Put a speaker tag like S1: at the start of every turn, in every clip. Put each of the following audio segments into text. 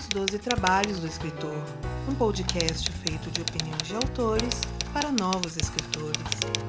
S1: Os 12 Trabalhos do Escritor, um podcast feito de opiniões de autores para novos escritores.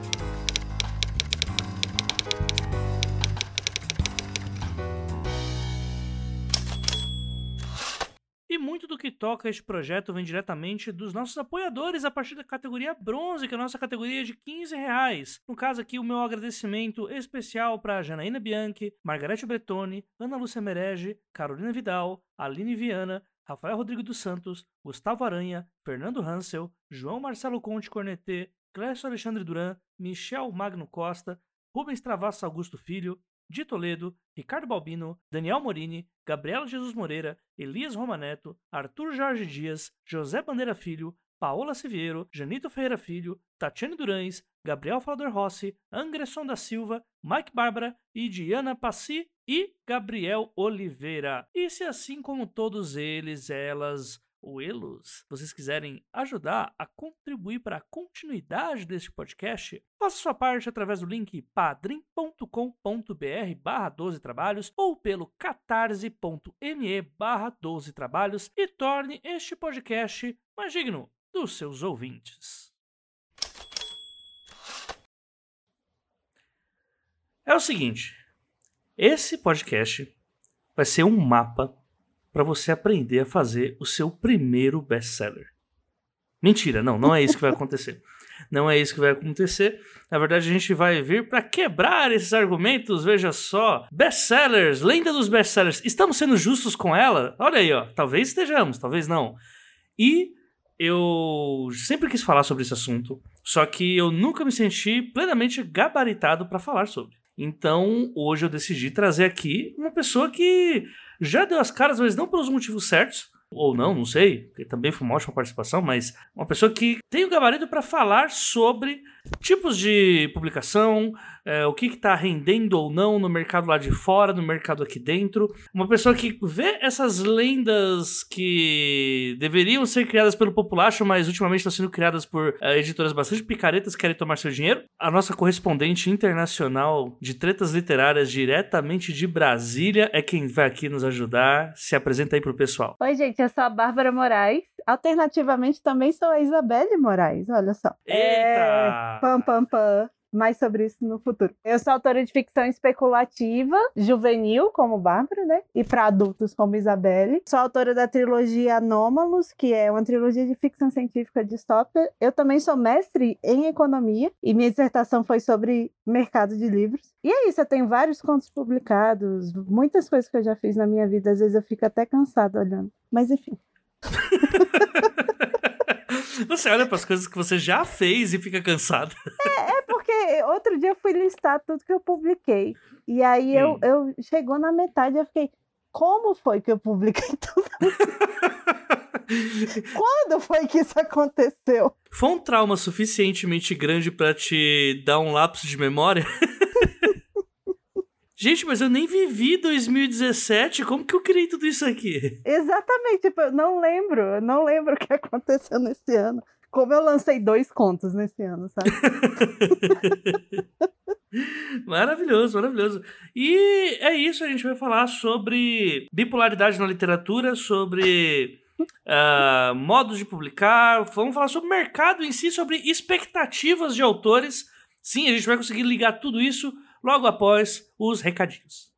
S2: E muito do que toca este projeto vem diretamente dos nossos apoiadores a partir da categoria bronze, que é a nossa categoria de R$15. No caso aqui, o meu agradecimento especial para Janaína Bianchi, Margarete Bretoni, Ana Lúcia Merege, Carolina Vidal, Aline Viana, Rafael Rodrigo dos Santos, Gustavo Aranha, Fernando Hansel, João Marcelo Conte Cornetê, Clécio Alexandre Duran, Michel Magno Costa, Rubens Travasso Augusto Filho, Di Toledo, Ricardo Balbino, Daniel Morini, Gabriela Jesus Moreira, Elias Romaneto, Arthur Jorge Dias, José Bandeira Filho, Paola Siviero, Janito Ferreira Filho, Tatiane Durães, Gabriel Falador Rossi, Angresson da Silva, Mike Bárbara e Diana Passi e Gabriel Oliveira. E se assim como todos eles, elas ou elos, vocês quiserem ajudar a contribuir para a continuidade deste podcast, faça sua parte através do link padrim.com.br/12trabalhos ou pelo catarse.me/12trabalhos e torne este podcast mais digno dos seus ouvintes. É o seguinte, esse podcast vai ser um mapa para você aprender a fazer o seu primeiro best-seller. Mentira, não é isso que vai acontecer. Não é isso que vai acontecer. Na verdade, a gente vai vir para quebrar esses argumentos, veja só. Best-sellers, lenda dos best-sellers. Estamos sendo justos com ela? Olha aí, ó. Talvez estejamos, talvez não. E eu sempre quis falar sobre esse assunto, só que eu nunca me senti plenamente gabaritado para falar sobre. Então, hoje eu decidi trazer aqui uma pessoa que já deu as caras, mas não pelos motivos certos, ou não sei, porque também foi uma ótima participação, mas uma pessoa que tem o gabarito para falar sobre tipos de publicação, o que está rendendo ou não no mercado lá de fora, no mercado aqui dentro. Uma pessoa que vê essas lendas que deveriam ser criadas pelo populacho, mas ultimamente estão sendo criadas por editoras bastante picaretas que querem tomar seu dinheiro. A nossa correspondente internacional de tretas literárias diretamente de Brasília é quem vai aqui nos ajudar. Se apresenta aí pro pessoal.
S3: Oi, gente, eu sou a Bárbara Moraes. Alternativamente, também sou a Isabelle Moraes, olha só.
S2: Eita!
S3: Pam, pam, pam. Mais sobre isso no futuro. Eu sou autora de ficção especulativa, juvenil, como Bárbara, né? E para adultos, como Isabelle. Sou autora da trilogia Anômalos, que é uma trilogia de ficção científica distópica. Eu também sou mestre em economia e minha dissertação foi sobre mercado de livros. E é isso, eu tenho vários contos publicados, muitas coisas que eu já fiz na minha vida. Às vezes eu fico até cansada olhando. Mas enfim.
S2: Você olha para as coisas que você já fez e fica cansada.
S3: É porque outro dia eu fui listar tudo que eu publiquei. E aí eu chegou na metade e eu fiquei, como foi que eu publiquei tudo? Quando foi que isso aconteceu?
S2: Foi um trauma suficientemente grande para te dar um lapso de memória? Gente, mas eu nem vivi 2017, como que eu criei tudo isso aqui?
S3: Exatamente, tipo, eu não lembro o que aconteceu nesse ano. Como eu lancei 2 contos nesse ano, sabe?
S2: Maravilhoso, maravilhoso. E é isso, a gente vai falar sobre bipolaridade na literatura, sobre modos de publicar, vamos falar sobre o mercado em si, sobre expectativas de autores. Sim, a gente vai conseguir ligar tudo isso logo após os recadinhos.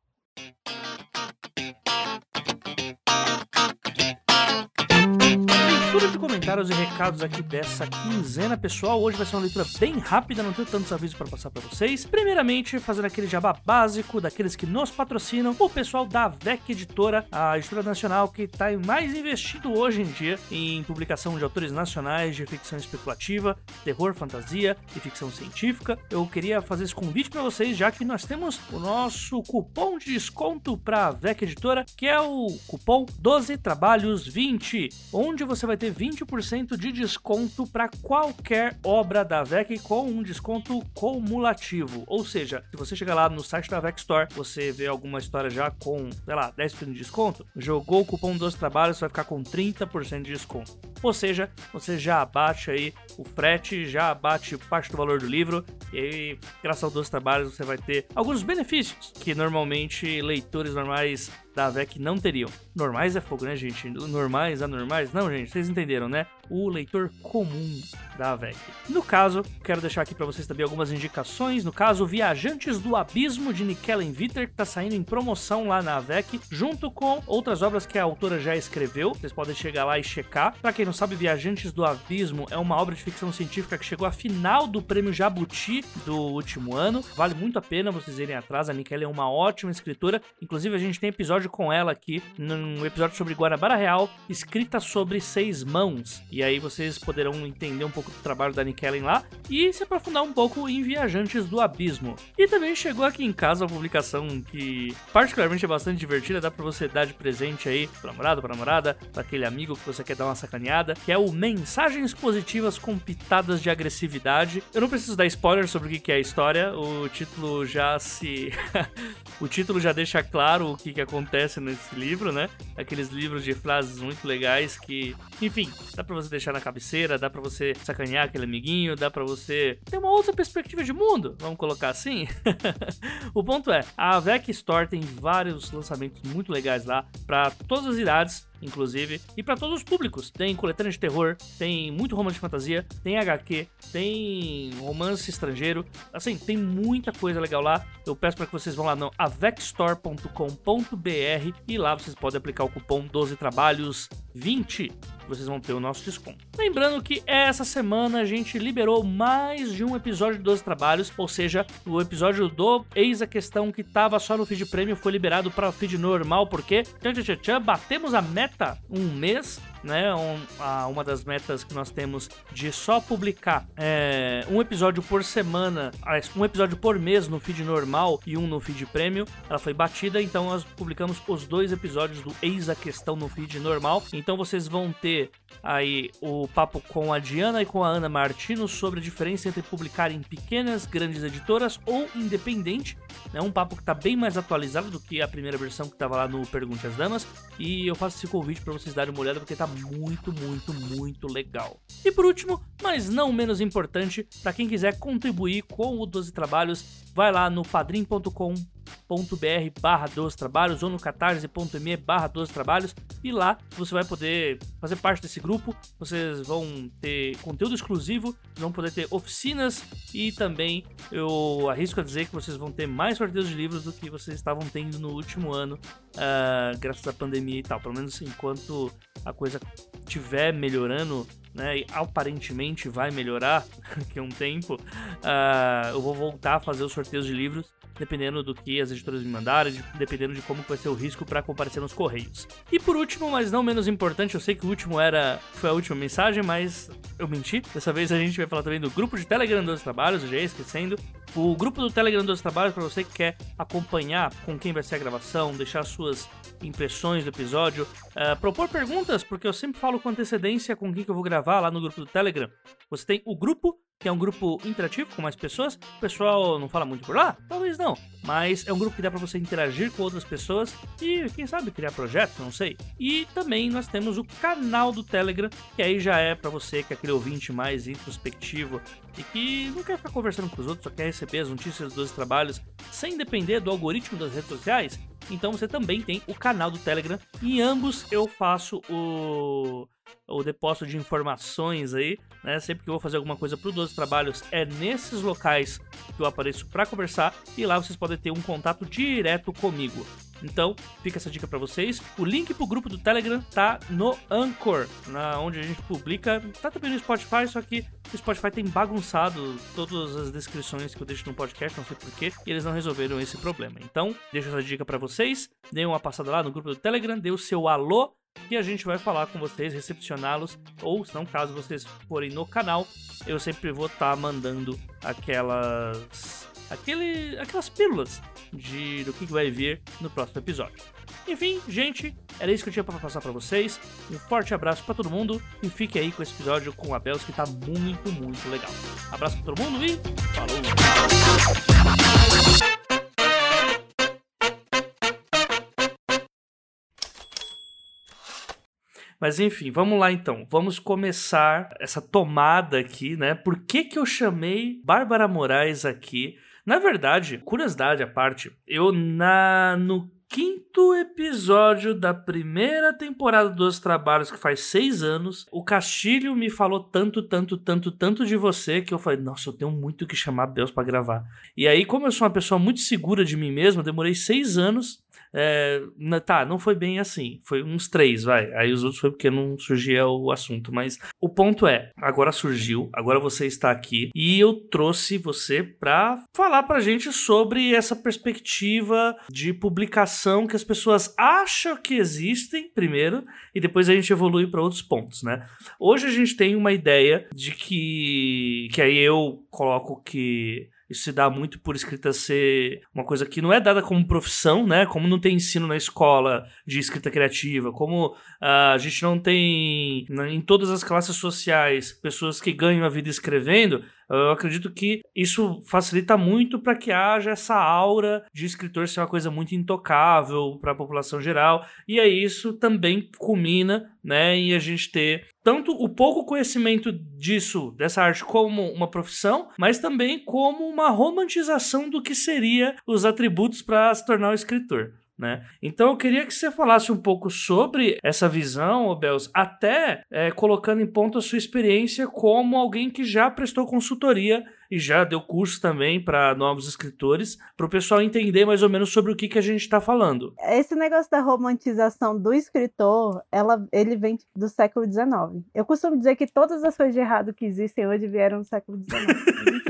S2: Leitura de comentários e recados aqui dessa quinzena, pessoal. Hoje vai ser uma leitura bem rápida, não tenho tantos avisos para passar para vocês. Primeiramente, fazendo aquele jabá básico daqueles que nos patrocinam, o pessoal da VEC Editora, a editora nacional que está mais investido hoje em dia em publicação de autores nacionais de ficção especulativa, terror, fantasia e ficção científica. Eu queria fazer esse convite para vocês, já que nós temos o nosso cupom de desconto para a VEC Editora, que é o cupom 12trabalhos20, onde você vai ter 20% de desconto para qualquer obra da VEC com um desconto cumulativo. Ou seja, se você chegar lá no site da VEC Store, você vê alguma história já com, sei lá, 10% de desconto, jogou o cupom 12 trabalhos, você vai ficar com 30% de desconto. Ou seja, você já abate aí o frete, já abate parte do valor do livro e aí, graças ao 12 trabalhos, você vai ter alguns benefícios que normalmente leitores normais da AVEC não teriam. Normais é fogo, né, gente? Normais, anormais? Não, gente, vocês entenderam, né? O leitor comum da AVEC. No caso, quero deixar aqui pra vocês também algumas indicações. No caso, Viajantes do Abismo, de Nikellen Viter, que tá saindo em promoção lá na AVEC, junto com outras obras que a autora já escreveu. Vocês podem chegar lá e checar. Pra quem não sabe, Viajantes do Abismo é uma obra de ficção científica que chegou à final do Prêmio Jabuti do último ano. Vale muito a pena vocês irem atrás. A Nikellen é uma ótima escritora. Inclusive, a gente tem episódio com ela aqui, num episódio sobre Guanabara Real, escrita sobre 6 mãos. E aí vocês poderão entender um pouco do trabalho da Nikellen lá e se aprofundar um pouco em Viajantes do Abismo. E também chegou aqui em casa uma publicação que particularmente é bastante divertida, dá pra você dar de presente aí pro namorado, pra namorada, pra aquele amigo que você quer dar uma sacaneada, que é o Mensagens Positivas com Pitadas de Agressividade. Eu não preciso dar spoiler sobre o que é a história, o título já o título já deixa claro o que acontece nesse livro, né? Aqueles livros de frases muito legais que, enfim, dá pra você deixar na cabeceira, dá pra você sacanear aquele amiguinho, dá pra você ter uma outra perspectiva de mundo, vamos colocar assim. O ponto é, a AVEC Store tem vários lançamentos muito legais lá, pra todas as idades, inclusive, e pra todos os públicos. Tem coletânea de terror, tem muito romance de fantasia, tem HQ, tem romance estrangeiro, assim, tem muita coisa legal lá. Eu peço para que vocês vão lá no avecstore.com.br e lá vocês podem aplicar o cupom 12trabalhos20. Vocês vão ter o nosso desconto. Lembrando que essa semana a gente liberou mais de um episódio de 12 trabalhos, ou seja, o episódio do Eis a Questão que tava só no feed premium foi liberado para o feed normal, porque batemos a meta um mês, né? Uma das metas que nós temos de só publicar um episódio por semana, um episódio por mês no feed normal e um no feed premium, ela foi batida, então nós publicamos os 2 episódios do Eis a Questão no feed normal. Então vocês vão ter aí o papo com a Diana e com a Ana Martino sobre a diferença entre publicar em pequenas, grandes editoras ou independente, né? Um papo que tá bem mais atualizado do que a primeira versão que tava lá no Pergunte às Damas, e eu faço esse convite para vocês darem uma olhada porque tá muito legal. E por último, mas não menos importante, para quem quiser contribuir com o 12 Trabalhos, vai lá no padrim.com.br/12 trabalhos ou no catarse.me/12 trabalhos e lá você vai poder fazer parte desse grupo. Vocês vão ter conteúdo exclusivo, vão poder ter oficinas e também eu arrisco a dizer que vocês vão ter mais sorteios de livros do que vocês estavam tendo no último ano, graças à pandemia e tal. Pelo menos enquanto a coisa estiver melhorando, né, e aparentemente vai melhorar daqui a um tempo, eu vou voltar a fazer os sorteios de livros, dependendo do que as editoras me mandarem, dependendo de como vai ser o risco para comparecer nos correios. E por último, mas não menos importante, eu sei que o último foi a última mensagem, mas eu menti. Dessa vez a gente vai falar também do grupo de Telegram dos Trabalhos, eu já ia esquecendo. O grupo do Telegram dos Trabalhos, para você que quer acompanhar com quem vai ser a gravação, deixar suas impressões do episódio, propor perguntas, porque eu sempre falo com antecedência com quem que eu vou gravar lá no grupo do Telegram. Você tem o grupo, que é um grupo interativo com mais pessoas. O pessoal não fala muito por lá? Talvez não. Mas é um grupo que dá pra você interagir com outras pessoas e, quem sabe, criar projetos, não sei. E também nós temos o canal do Telegram, que aí já é pra você que é aquele ouvinte mais introspectivo e que não quer ficar conversando com os outros, só quer receber as notícias dos trabalhos sem depender do algoritmo das redes sociais. Então você também tem o canal do Telegram. E em ambos eu faço o depósito de informações aí, né? Sempre que eu vou fazer alguma coisa pro 12 Trabalhos é nesses locais que eu apareço para conversar e lá vocês podem ter um contato direto comigo. Então, fica essa dica para vocês. O link pro grupo do Telegram tá no Anchor, onde a gente publica. Tá também no Spotify, só que o Spotify tem bagunçado todas as descrições que eu deixo no podcast, não sei porquê, e eles não resolveram esse problema. Então, deixo essa dica para vocês. Dê uma passada lá no grupo do Telegram, dê o seu alô, que a gente vai falar com vocês, recepcioná-los, ou se não, caso vocês forem no canal, eu sempre vou estar mandando aquelas pílulas do que vai vir no próximo episódio. Enfim, gente, era isso que eu tinha para passar para vocês. Um forte abraço para todo mundo e fique aí com esse episódio com o Abels, que tá muito legal. Abraço para todo mundo e falou! Mas enfim, vamos lá então. Vamos começar essa tomada aqui, né? Por que eu chamei Bárbara Moraes aqui? Na verdade, curiosidade à parte, eu no 5º episódio da primeira temporada dos Trabalhos, que faz 6 anos. O Castilho me falou tanto de você, que eu falei, nossa, eu tenho muito que chamar Belz pra gravar. E aí, como eu sou uma pessoa muito segura de mim mesmo, eu demorei 6 anos. Não foi bem assim, foi uns 3, vai. Aí os outros foi porque não surgia o assunto, mas o ponto é, agora surgiu, agora você está aqui e eu trouxe você pra falar pra gente sobre essa perspectiva de publicação que as pessoas acham que existem primeiro e depois a gente evolui pra outros pontos, né? Hoje a gente tem uma ideia de que aí eu coloco que isso se dá muito por escrita ser uma coisa que não é dada como profissão, né? Como não tem ensino na escola de escrita criativa, como a gente não tem em todas as classes sociais pessoas que ganham a vida escrevendo, eu acredito que isso facilita muito para que haja essa aura de escritor ser uma coisa muito intocável para a população geral. E aí isso também culmina, né, em a gente ter tanto o pouco conhecimento dessa arte como uma profissão, mas também como uma romantização do que seria os atributos para se tornar um escritor. Né? Então eu queria que você falasse um pouco sobre essa visão, Belz, até colocando em ponto a sua experiência como alguém que já prestou consultoria e já deu curso também para novos escritores, para o pessoal entender mais ou menos sobre o que a gente está falando.
S3: Esse negócio da romantização do escritor, ele vem do século XIX. Eu costumo dizer que todas as coisas de errado que existem hoje vieram do século XIX.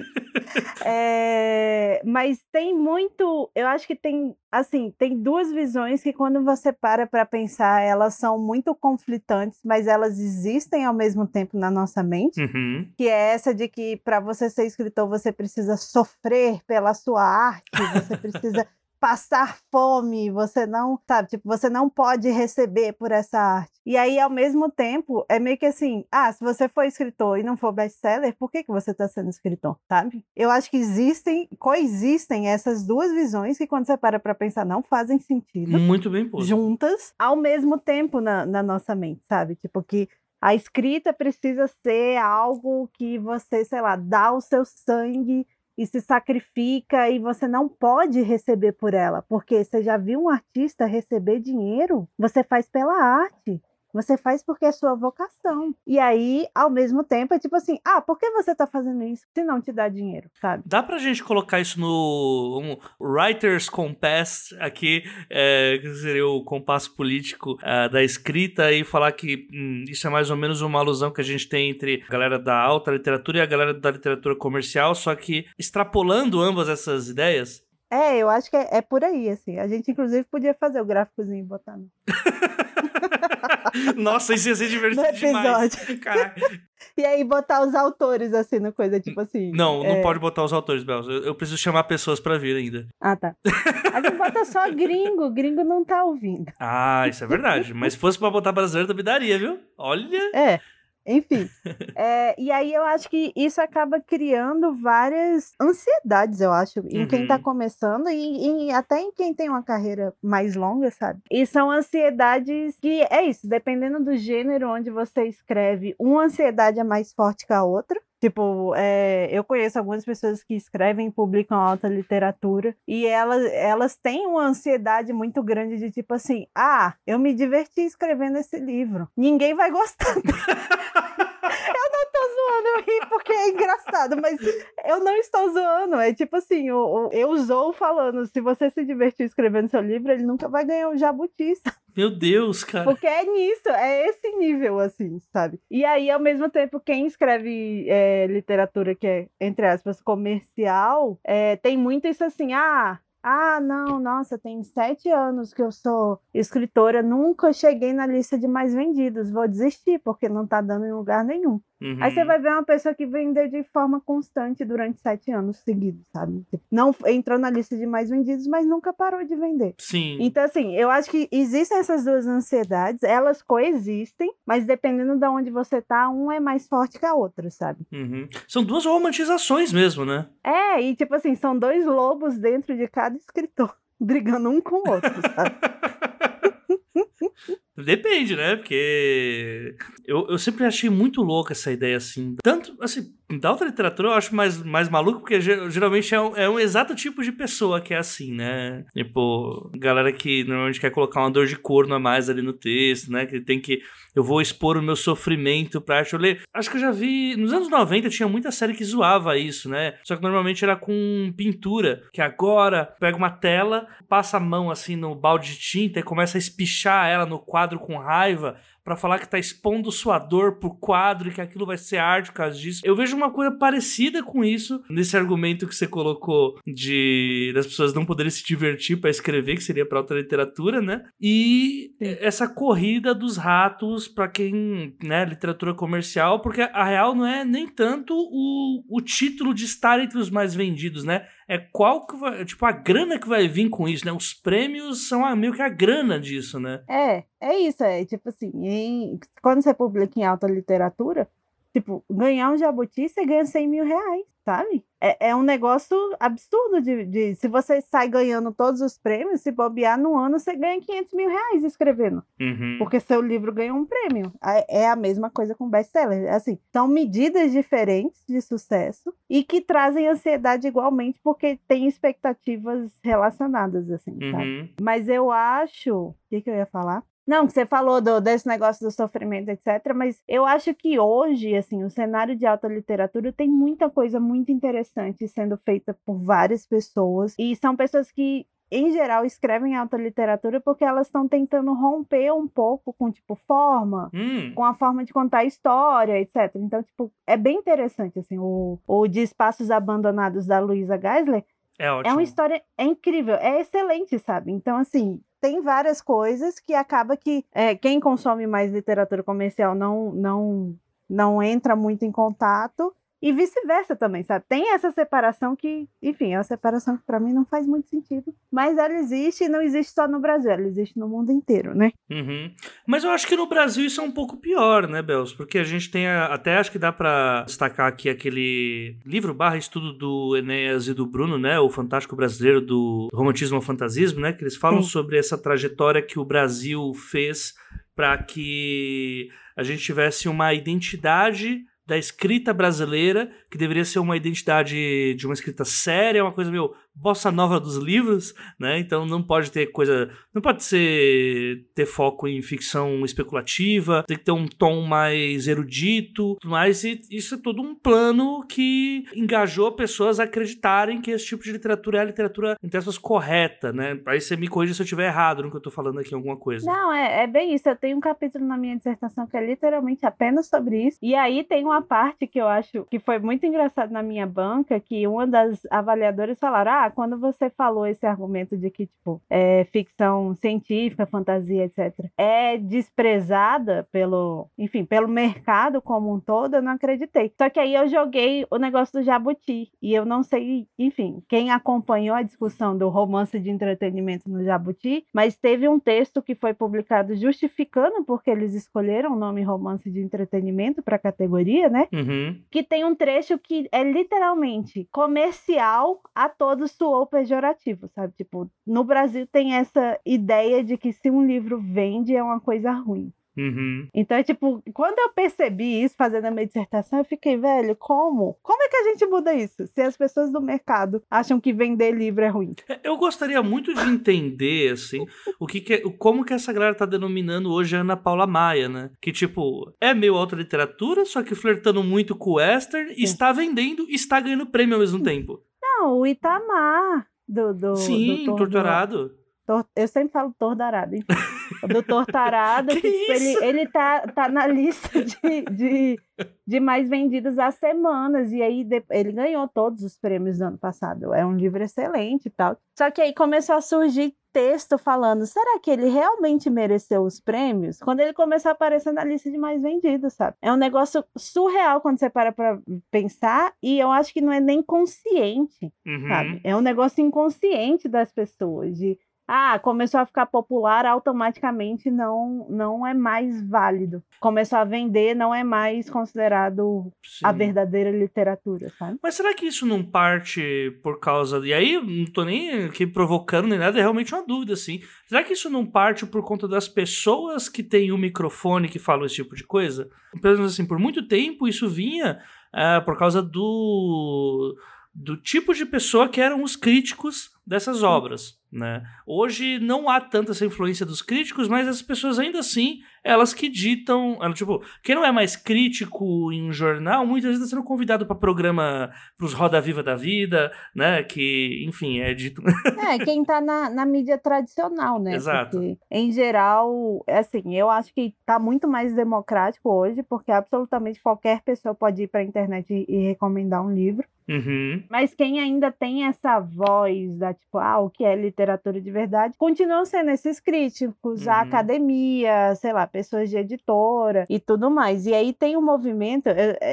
S3: Mas tem muito, eu acho que tem duas visões que quando você para pensar, elas são muito conflitantes, mas elas existem ao mesmo tempo na nossa mente, que é essa de que para você ser escritor, você precisa sofrer pela sua arte, você precisa passar fome, você não, sabe, tipo, você não pode receber por essa arte. E aí, ao mesmo tempo, é meio que assim, se você for escritor e não for best-seller, por que você está sendo escritor, sabe? Eu acho que coexistem essas duas visões que quando você para pensar, não fazem sentido.
S2: Muito bem posto.
S3: Juntas, ao mesmo tempo na nossa mente, sabe? Tipo que a escrita precisa ser algo que você, sei lá, dá o seu sangue e se sacrifica e você não pode receber por ela, porque você já viu um artista receber dinheiro? Você faz pela arte. Você faz porque é sua vocação. E aí, ao mesmo tempo, é tipo assim, por que você tá fazendo isso se não te dá dinheiro, sabe?
S2: Dá pra gente colocar isso no Writer's Compass aqui, que seria o compasso político da escrita, e falar que isso é mais ou menos uma alusão que a gente tem entre a galera da alta literatura e a galera da literatura comercial, só que extrapolando ambas essas ideias.
S3: Eu acho que é por aí, assim. A gente, inclusive, podia fazer o gráficozinho e botar no...
S2: Nossa, isso ia ser divertido demais.
S3: E aí botar os autores, assim, no coisa, tipo assim...
S2: Não pode botar os autores, Belz. Eu preciso chamar pessoas pra vir ainda.
S3: Tá. A gente bota só gringo não tá ouvindo.
S2: Isso é verdade. Mas se fosse pra botar brasileiro, também daria, viu? Olha...
S3: Enfim, e aí eu acho que isso acaba criando várias ansiedades, eu acho, em quem tá começando e até em quem tem uma carreira mais longa, sabe? E são ansiedades que, é isso, dependendo do gênero onde você escreve, uma ansiedade é mais forte que a outra. Tipo, eu conheço algumas pessoas que escrevem e publicam alta literatura e elas têm uma ansiedade muito grande de tipo assim, eu me diverti escrevendo esse livro. Ninguém vai gostar. Eu não tô zoando, eu ri porque é engraçado, mas eu não estou zoando. É tipo assim, eu zoo falando, se você se divertir escrevendo seu livro, ele nunca vai ganhar um jabuti.
S2: Meu Deus, cara.
S3: Porque é nisso, é esse nível, assim, sabe? E aí, ao mesmo tempo, quem escreve literatura que é, entre aspas, comercial, tem muito isso assim, não, nossa, tem 7 anos que eu sou escritora, nunca cheguei na lista de mais vendidos, vou desistir, porque não tá dando em lugar nenhum. Aí você vai ver uma pessoa que vendeu de forma constante durante 7 anos seguidos, sabe? Não entrou na lista de mais vendidos, mas nunca parou de vender.
S2: Sim.
S3: Então, assim, eu acho que existem essas duas ansiedades, elas coexistem, mas dependendo de onde você tá, uma é mais forte que a outra, sabe?
S2: São duas romantizações mesmo, né?
S3: E tipo assim, são 2 lobos dentro de cada escritor, brigando um com o outro, sabe?
S2: Depende, né? Porque eu sempre achei muito louca essa ideia, assim. Tanto, assim, Da alta literatura eu acho mais maluco, porque geralmente é um exato tipo de pessoa que é assim, né? Tipo, galera que normalmente quer colocar uma dor de corno a mais ali no texto, né? Que tem que... Eu vou expor o meu sofrimento pra arte. Eu ler. Acho que eu já vi... Nos anos 90 tinha muita série que zoava isso, né? Só que normalmente era com pintura. Que agora pega uma tela, passa a mão assim no balde de tinta e começa a espichar ela no quadro com raiva pra falar que tá expondo sua dor pro quadro e que aquilo vai ser arte por causa disso. Eu vejo uma coisa parecida com isso nesse argumento que você colocou das pessoas não poderem se divertir pra escrever, que seria pra alta literatura, né? E essa corrida dos ratos pra quem, né, literatura comercial, porque a real não é nem tanto o título de estar entre os mais vendidos, né? É qual que vai, tipo, a grana que vai vir com isso, né? Os prêmios são meio que a grana disso, né?
S3: É isso, tipo assim, quando você publica em alta literatura, tipo, ganhar um jabuti, você ganha 100 mil reais, sabe? É um negócio absurdo se você sai ganhando todos os prêmios, se bobear no ano, você ganha 500 mil reais escrevendo.
S2: Uhum.
S3: Porque seu livro ganha um prêmio. É a mesma coisa com best-seller. Assim, são medidas diferentes de sucesso e que trazem ansiedade igualmente, porque tem expectativas relacionadas, assim, sabe? Mas eu acho... O que eu ia falar? Não, que você falou desse negócio do sofrimento, etc. Mas eu acho que hoje, assim, o cenário de alta literatura tem muita coisa muito interessante sendo feita por várias pessoas. E são pessoas que, em geral, escrevem alta literatura porque elas estão tentando romper um pouco com, tipo, forma, com a forma de contar história, etc. Então, tipo, é bem interessante, assim, o de Espaços Abandonados da Luísa Geisler.
S2: É ótimo.
S3: É uma história incrível, é excelente, sabe? Então, assim... Tem várias coisas que acaba que quem consome mais literatura comercial não entra muito em contato e vice-versa também, sabe? Tem essa separação que, enfim, é uma separação que para mim não faz muito sentido, mas ela existe e não existe só no Brasil, ela existe no mundo inteiro, né?
S2: Mas eu acho que no Brasil isso é um pouco pior, né, Bels? Porque a gente tem, até acho que dá pra destacar aqui aquele livro/estudo do Enéas e do Bruno, né? O Fantástico Brasileiro do Romantismo ao Fantasismo, né? Que eles falam sobre essa trajetória que o Brasil fez para que a gente tivesse uma identidade da escrita brasileira, que deveria ser uma identidade de uma escrita séria, uma coisa meio bossa nova dos livros, né? Então não pode ter coisa... Não pode ter foco em ficção especulativa, tem que ter um tom mais erudito, tudo mais, e isso é todo um plano que engajou pessoas a acreditarem que esse tipo de literatura é a literatura, entre aspas, correta, né? Aí você me corrige se eu estiver errado no que eu tô falando aqui, alguma coisa.
S3: Não, é bem isso. Eu tenho um capítulo na minha dissertação que é literalmente apenas sobre isso, e aí tem uma parte que eu acho que foi muito engraçado na minha banca, que uma das avaliadoras falaram, quando você falou esse argumento de que, tipo, ficção científica, fantasia, etc., é desprezada pelo mercado como um todo, eu não acreditei. Só que aí eu joguei o negócio do Jabuti, e eu não sei, enfim, quem acompanhou a discussão do romance de entretenimento no Jabuti, mas teve um texto que foi publicado justificando porque eles escolheram o nome romance de entretenimento para a categoria, né? Que tem um trecho que é literalmente comercial a todos soou pejorativo, sabe? Tipo, no Brasil tem essa ideia de que se um livro vende é uma coisa ruim. Então, tipo, quando eu percebi isso fazendo a minha dissertação, eu fiquei, velho, como? Como é que a gente muda isso? Se as pessoas do mercado acham que vender livro é ruim.
S2: Eu gostaria muito de entender, assim, como que essa galera tá denominando hoje a Ana Paula Maia, né? Que, tipo, é meio alta literatura, só que flertando muito com o western, está vendendo e está ganhando prêmio ao mesmo tempo.
S3: Não, o Itamar
S2: Sim,
S3: do
S2: Torturado.
S3: Eu sempre falo Torturado, enfim. Do Torturado, que tipo, ele tá na lista de mais vendidos há semanas, e aí ele ganhou todos os prêmios do ano passado. É um livro excelente e tal. Só que aí começou a surgir texto falando, será que ele realmente mereceu os prêmios? Quando ele começou a aparecer na lista de mais vendidos, sabe? É um negócio surreal quando você para pra pensar, e eu acho que não é nem consciente, sabe? É um negócio inconsciente das pessoas, de começou a ficar popular, automaticamente não é mais válido. Começou a vender, não é mais considerado
S2: Sim.
S3: a verdadeira literatura, sabe?
S2: Mas será que isso não parte por causa... E aí, não tô nem aqui provocando nem nada, é realmente uma dúvida, assim. Será que isso não parte por conta das pessoas que têm o microfone que falam esse tipo de coisa? Pelo menos assim, por muito tempo isso vinha por causa do tipo de pessoa que eram os críticos dessas obras, né? Hoje não há tanta essa influência dos críticos, mas as pessoas ainda assim, elas que ditam, tipo, quem não é mais crítico em um jornal, muitas vezes está sendo convidado para programa, pros Roda Viva da Vida, né? Que, enfim, é dito...
S3: Quem tá na mídia tradicional, né?
S2: Exato.
S3: Porque, em geral, assim, eu acho que tá muito mais democrático hoje, porque absolutamente qualquer pessoa pode ir pra internet e recomendar um livro.
S2: Uhum.
S3: Mas quem ainda tem essa voz da tipo, o que é literatura de verdade, continuam sendo esses críticos, a academia, sei lá, pessoas de editora e tudo mais. E aí tem um movimento,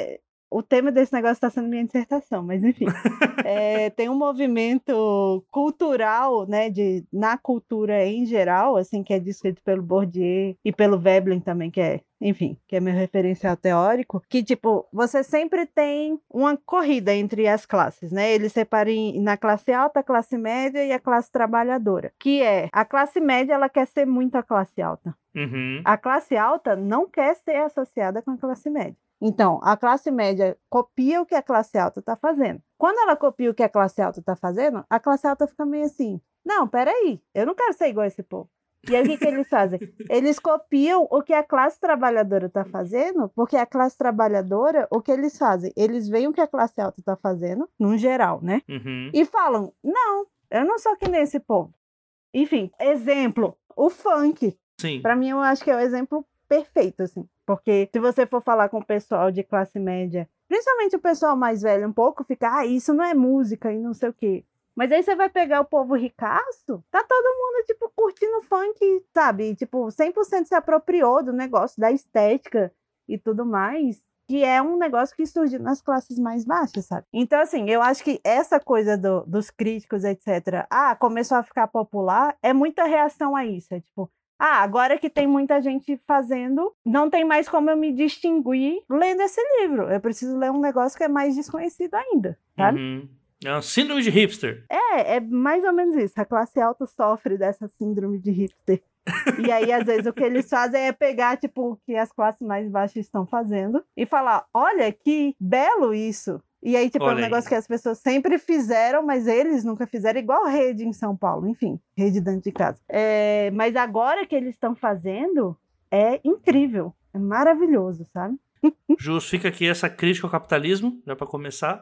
S3: o tema desse negócio está sendo minha dissertação, mas enfim. Tem um movimento cultural, né, na cultura em geral, assim, que é descrito pelo Bourdieu e pelo Veblen também, que é meu referencial teórico, que, tipo, você sempre tem uma corrida entre as classes, né? Eles separam na classe alta, a classe média e a classe trabalhadora, que a classe média, ela quer ser muito a classe alta.
S2: Uhum.
S3: A classe alta não quer ser associada com a classe média. Então, a classe média copia o que a classe alta está fazendo. Quando ela copia o que a classe alta está fazendo, a classe alta fica meio assim, não, peraí, eu não quero ser igual a esse povo. E aí, o que eles fazem? Eles copiam o que a classe trabalhadora está fazendo, porque a classe trabalhadora, o que eles fazem? Eles veem o que a classe alta está fazendo, no geral, né?
S2: Uhum.
S3: E falam, não, eu não sou que nem esse povo. Enfim, exemplo, o funk.
S2: Sim.
S3: Para mim, eu acho que é o exemplo perfeito, assim. Porque se você for falar com o pessoal de classe média, principalmente o pessoal mais velho um pouco, fica, isso não é música e não sei o quê. Mas aí você vai pegar o povo ricaço, tá todo mundo, tipo, curtindo funk, sabe? Tipo, 100% se apropriou do negócio, da estética e tudo mais, que é um negócio que surgiu nas classes mais baixas, sabe? Então, assim, eu acho que essa coisa dos críticos, etc., começou a ficar popular, é muita reação a isso. É tipo, agora que tem muita gente fazendo, não tem mais como eu me distinguir lendo esse livro. Eu preciso ler um negócio que é mais desconhecido ainda, sabe?
S2: Uhum. É uma síndrome de hipster.
S3: É mais ou menos isso. A classe alta sofre dessa síndrome de hipster. E aí, às vezes, o que eles fazem é pegar, tipo, o que as classes mais baixas estão fazendo e falar, olha que belo isso. E aí, tipo, é um negócio que as pessoas sempre fizeram, mas eles nunca fizeram, igual rede em São Paulo, enfim, rede dentro de casa. Mas agora que eles estão fazendo, é incrível, é maravilhoso, sabe?
S2: Justo, fica aqui essa crítica ao capitalismo, já pra começar.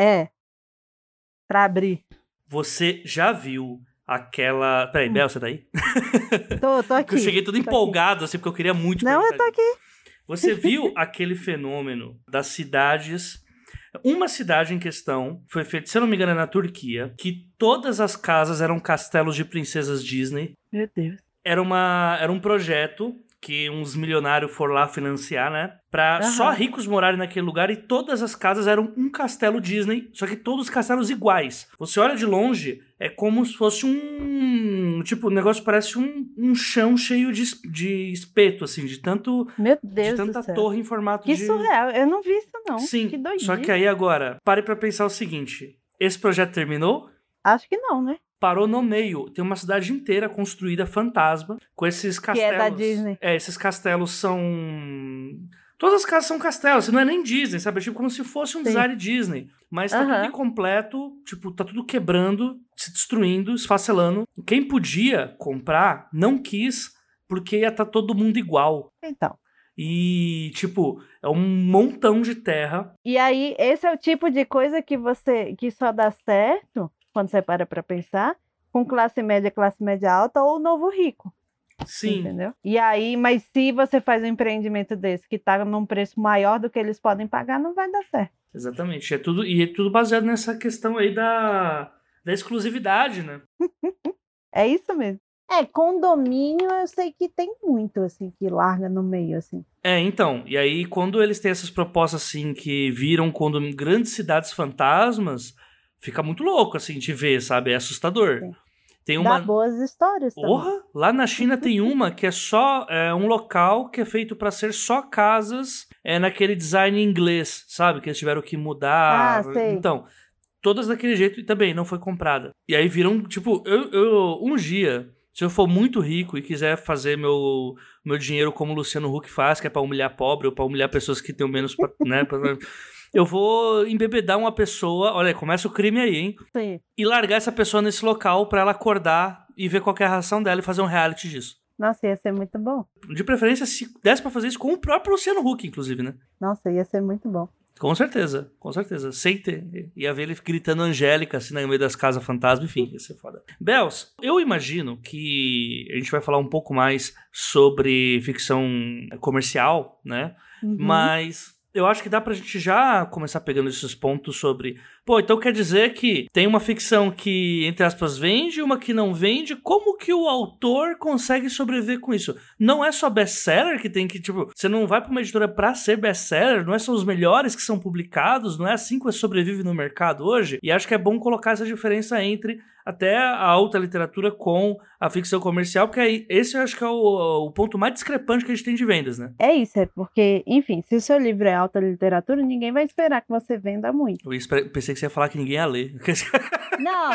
S3: Pra abrir.
S2: Você já viu aquela... Peraí, Bel, você tá aí?
S3: Tô aqui.
S2: Eu cheguei todo empolgado, assim, porque eu queria muito...
S3: Não, eu tô aqui.
S2: Você viu aquele fenômeno das cidades... Uma cidade em questão foi feita, se eu não me engano, na Turquia, que todas as casas eram castelos de princesas Disney.
S3: Meu Deus.
S2: Era um projeto que uns milionários foram lá financiar, né? Pra só ricos morarem naquele lugar, e todas as casas eram um castelo Disney, só que todos os castelos iguais. Você olha de longe, é como se fosse tipo, o negócio parece um chão cheio de espeto, assim, de tanto...
S3: Meu Deus
S2: de tanta
S3: do céu.
S2: torre em formato
S3: que
S2: de...
S3: surreal, eu não vi isso não.
S2: Sim,
S3: que doideira.
S2: só que aí agora, pare pra pensar o seguinte, esse projeto terminou?
S3: Acho que não, né?
S2: Parou no meio. Tem uma cidade inteira construída fantasma com esses castelos.
S3: Que é da Disney.
S2: Esses castelos são... Todas as casas são castelos, não é nem Disney, sabe? É tipo como se fosse um design Disney. Mas tá tudo incompleto, tipo, tá tudo quebrando, se destruindo, esfacelando. Quem podia comprar, não quis, porque ia estar todo mundo igual.
S3: Então.
S2: E, tipo, é um montão de terra.
S3: E aí, esse é o tipo de coisa que só dá certo, quando você para pra pensar, com classe média alta ou novo rico.
S2: Sim.
S3: Entendeu? E aí, mas se você faz um empreendimento desse que tá num preço maior do que eles podem pagar, não vai dar certo.
S2: Exatamente. É tudo baseado nessa questão aí da exclusividade, né?
S3: É isso mesmo. Condomínio eu sei que tem muito, assim, que larga no meio, assim.
S2: Então, e aí quando eles têm essas propostas, assim, que viram grandes cidades fantasmas, fica muito louco, assim, de ver, sabe? É assustador.
S3: Sim.
S2: Tem
S3: Dá boas histórias também.
S2: Porra! Lá na China tem uma que é só um local que é feito pra ser só casas naquele design inglês, sabe? Que eles tiveram que mudar.
S3: Sei.
S2: Então, todas daquele jeito e também não foi comprada. E aí viram, tipo, um dia, se eu for muito rico e quiser fazer meu dinheiro como o Luciano Huck faz, que é pra humilhar pobre ou pra humilhar pessoas que têm menos, né? Eu vou embebedar uma pessoa, olha, começa o crime aí, hein?
S3: Sim.
S2: E largar essa pessoa nesse local pra ela acordar e ver qual que é a reação dela e fazer um reality disso.
S3: Nossa, ia ser muito bom.
S2: De preferência, se desse pra fazer isso com o próprio Luciano Huck, inclusive, né?
S3: Nossa, ia ser muito bom.
S2: Com certeza. Sem ter. Ia ver ele gritando Angélica, assim, no meio das casas fantasma, enfim, ia ser foda. Bels, eu imagino que a gente vai falar um pouco mais sobre ficção comercial, né?
S3: Uhum.
S2: Mas eu acho que dá pra gente já começar pegando esses pontos sobre... Pô, então quer dizer que tem uma ficção que, entre aspas, vende, uma que não vende. Como que o autor consegue sobreviver com isso? Não é só best-seller que tem que, tipo... Você não vai pra uma editora pra ser best-seller, não é só os melhores que são publicados, não é assim que você sobrevive no mercado hoje. E acho que é bom colocar essa diferença entre até a alta literatura com a ficção comercial, porque aí, esse eu acho que é o ponto mais discrepante que a gente tem de vendas, né?
S3: É isso, é porque, enfim, se o seu livro é alta literatura, ninguém vai esperar que você venda muito.
S2: Eu pensei que você ia falar que ninguém ia ler.
S3: Não!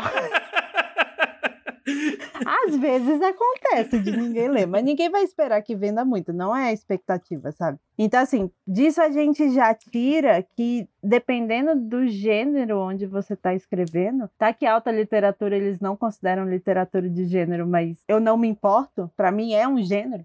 S3: Às vezes acontece de ninguém ler, mas ninguém vai esperar que venda muito, não é a expectativa, sabe? Então, assim, disso a gente já tira que, dependendo do gênero onde você está escrevendo, tá que alta literatura eles não consideram literatura de gênero, mas eu não me importo, pra mim é um gênero.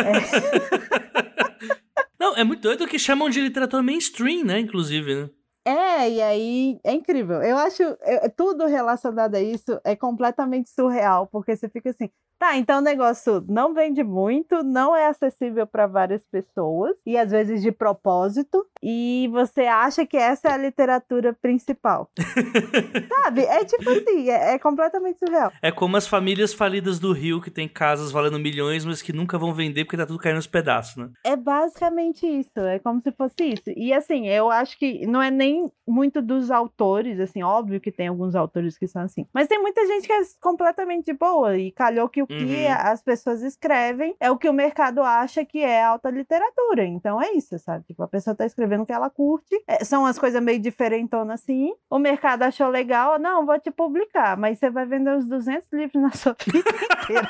S2: Não, é muito doido que chamam de literatura mainstream, né, inclusive, né?
S3: E aí é incrível. Eu acho tudo relacionado a isso é completamente surreal, porque você fica assim, tá, então o negócio não vende muito, não é acessível para várias pessoas, e às vezes de propósito, e você acha que essa é a literatura principal. Sabe? É tipo assim, é completamente surreal.
S2: É como as famílias falidas do Rio, que tem casas valendo milhões, mas que nunca vão vender porque tá tudo caindo aos pedaços, né?
S3: É basicamente isso, é como se fosse isso. E assim, eu acho que não é nem muito dos autores, assim, óbvio que tem alguns autores que são assim, mas tem muita gente que é completamente de boa, e calhou que o que as pessoas escrevem é o que o mercado acha que é alta literatura, então é isso, sabe? Tipo, a pessoa tá escrevendo o que ela curte, são as coisas meio diferentonas assim, o mercado achou legal, não, vou te publicar, mas você vai vender uns 200 livros na sua vida inteira.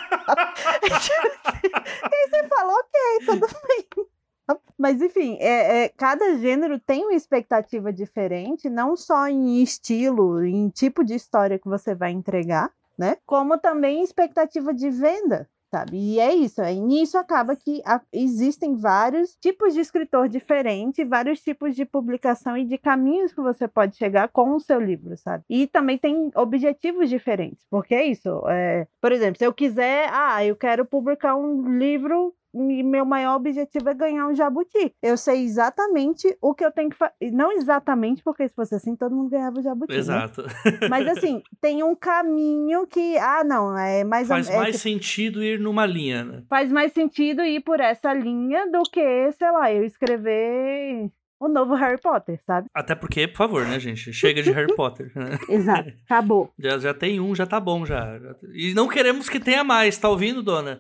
S3: E aí você fala, ok, tudo bem. Mas, enfim, cada gênero tem uma expectativa diferente, não só em estilo, em tipo de história que você vai entregar, né? Como também expectativa de venda, sabe? E é isso, nisso acaba que existem vários tipos de escritor diferente, vários tipos de publicação e de caminhos que você pode chegar com o seu livro, sabe? E também tem objetivos diferentes, porque é isso, por exemplo, se eu quiser, eu quero publicar um livro e meu maior objetivo é ganhar um jabuti. Eu sei exatamente o que eu tenho que fazer. Não exatamente, porque se fosse assim, todo mundo ganhava o jabuti.
S2: Exato.
S3: Né? Mas assim, tem um caminho que. Não, é mais.
S2: Faz mais sentido ir numa linha, né?
S3: Faz mais sentido ir por essa linha do que, sei lá, eu escrever o novo Harry Potter, sabe?
S2: Até porque, por favor, né, gente? Chega de Harry Potter. Né?
S3: Exato, acabou.
S2: Já tem um, já tá bom, já. E não queremos que tenha mais, tá ouvindo, dona?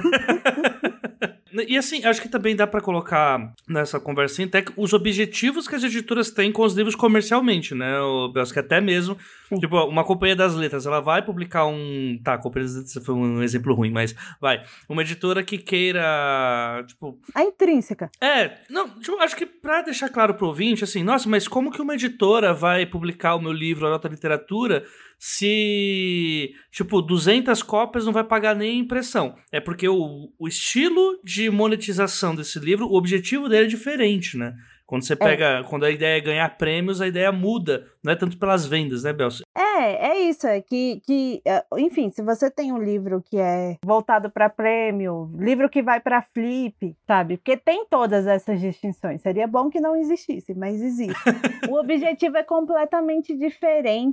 S2: E assim, acho que também dá pra colocar nessa conversinha até os objetivos que as editoras têm com os livros comercialmente, né? Eu acho que até mesmo, tipo, uma companhia das letras, ela vai publicar Tá, a companhia das letras foi um exemplo ruim, mas uma editora que queira, tipo...
S3: A intrínseca.
S2: Não, tipo, acho que pra deixar claro pro ouvinte, assim, nossa, mas como que uma editora vai publicar o meu livro, a alta literatura, se, tipo, 200 cópias não vai pagar nem impressão? É porque o estilo de monetização desse livro, o objetivo dele é diferente, né? Quando você pega, quando a ideia é ganhar prêmios, a ideia muda, não é tanto pelas vendas, né, Belce?
S3: É isso, enfim, se você tem um livro que é voltado para prêmio, livro que vai para flip, sabe? Porque tem todas essas distinções, seria bom que não existisse, mas existe. O objetivo é completamente diferente,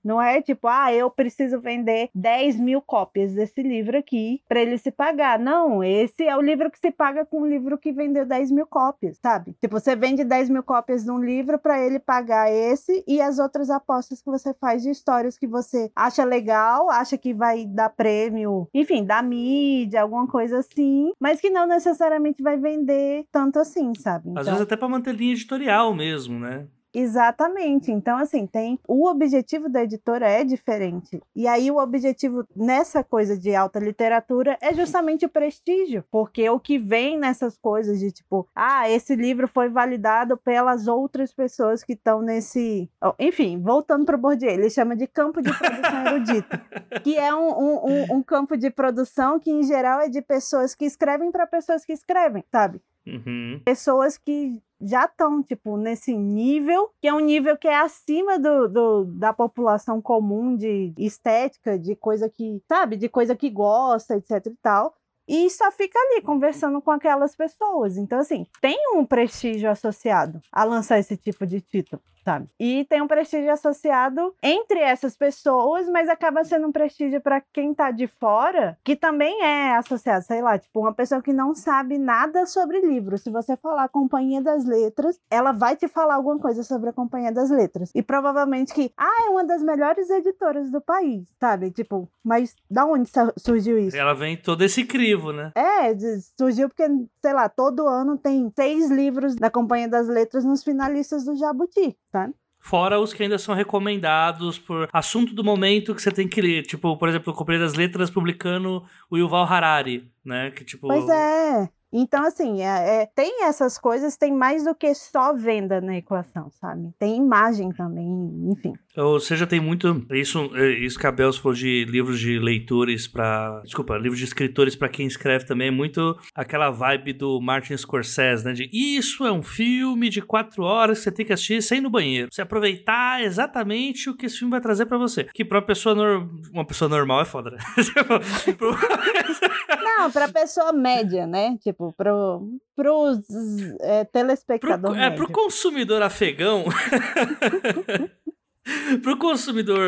S3: Não é tipo, eu preciso vender 10 mil cópias desse livro aqui para ele se pagar. Não, esse é o livro que se paga com o livro que vendeu 10 mil cópias, sabe? Tipo, você vende 10 mil cópias de um livro para ele pagar esse e as outras apostas que você faz de histórias que você acha legal, acha que vai dar prêmio, enfim, da mídia, alguma coisa assim, mas que não necessariamente vai vender tanto assim, sabe?
S2: Às vezes até para manter linha editorial mesmo, né?
S3: Exatamente. Então, assim, o objetivo da editora é diferente. E aí o objetivo nessa coisa de alta literatura é justamente o prestígio, porque o que vem nessas coisas de tipo, esse livro foi validado pelas outras pessoas que estão nesse... Enfim, voltando para o Bourdieu, ele chama de campo de produção erudita, que é um campo de produção que, em geral, é de pessoas que escrevem para pessoas que escrevem, sabe?
S2: Uhum.
S3: Pessoas que já estão, tipo, nesse nível, que é um nível que é acima da população comum de estética, de coisa que, sabe, de coisa que gosta, etc e tal, e só fica ali conversando com aquelas pessoas. Então, assim, tem um prestígio associado a lançar esse tipo de título, sabe? E tem um prestígio associado entre essas pessoas, mas acaba sendo um prestígio para quem tá de fora, que também é associado, sei lá, tipo, uma pessoa que não sabe nada sobre livro. Se você falar Companhia das Letras, ela vai te falar alguma coisa sobre a Companhia das Letras. E provavelmente que, é uma das melhores editoras do país, sabe? Tipo, mas da onde surgiu isso?
S2: Ela vem todo esse crivo, né?
S3: Surgiu porque, sei lá, todo ano tem 6 livros da Companhia das Letras nos finalistas do Jabuti, tá?
S2: Fora os que ainda são recomendados por assunto do momento que você tem que ler. Tipo, por exemplo, a Companhia das Letras publicando o Yuval Harari, né? Que, tipo...
S3: Pois é. Então, assim, tem essas coisas, tem mais do que só venda na equação, sabe? Tem imagem também, enfim.
S2: Ou seja, tem muito... Isso que a Bel falou de livros de leitores para... Desculpa, livros de escritores para quem escreve também. É muito aquela vibe do Martin Scorsese, né? De isso é um filme de 4 horas que você tem que assistir sem ir no banheiro. Você aproveitar exatamente o que esse filme vai trazer para você. Que pra uma pessoa normal é foda, né?
S3: Não, pra pessoa média, né? Tipo, pros telespectador médio.
S2: Pro consumidor afegão... Pro consumidor,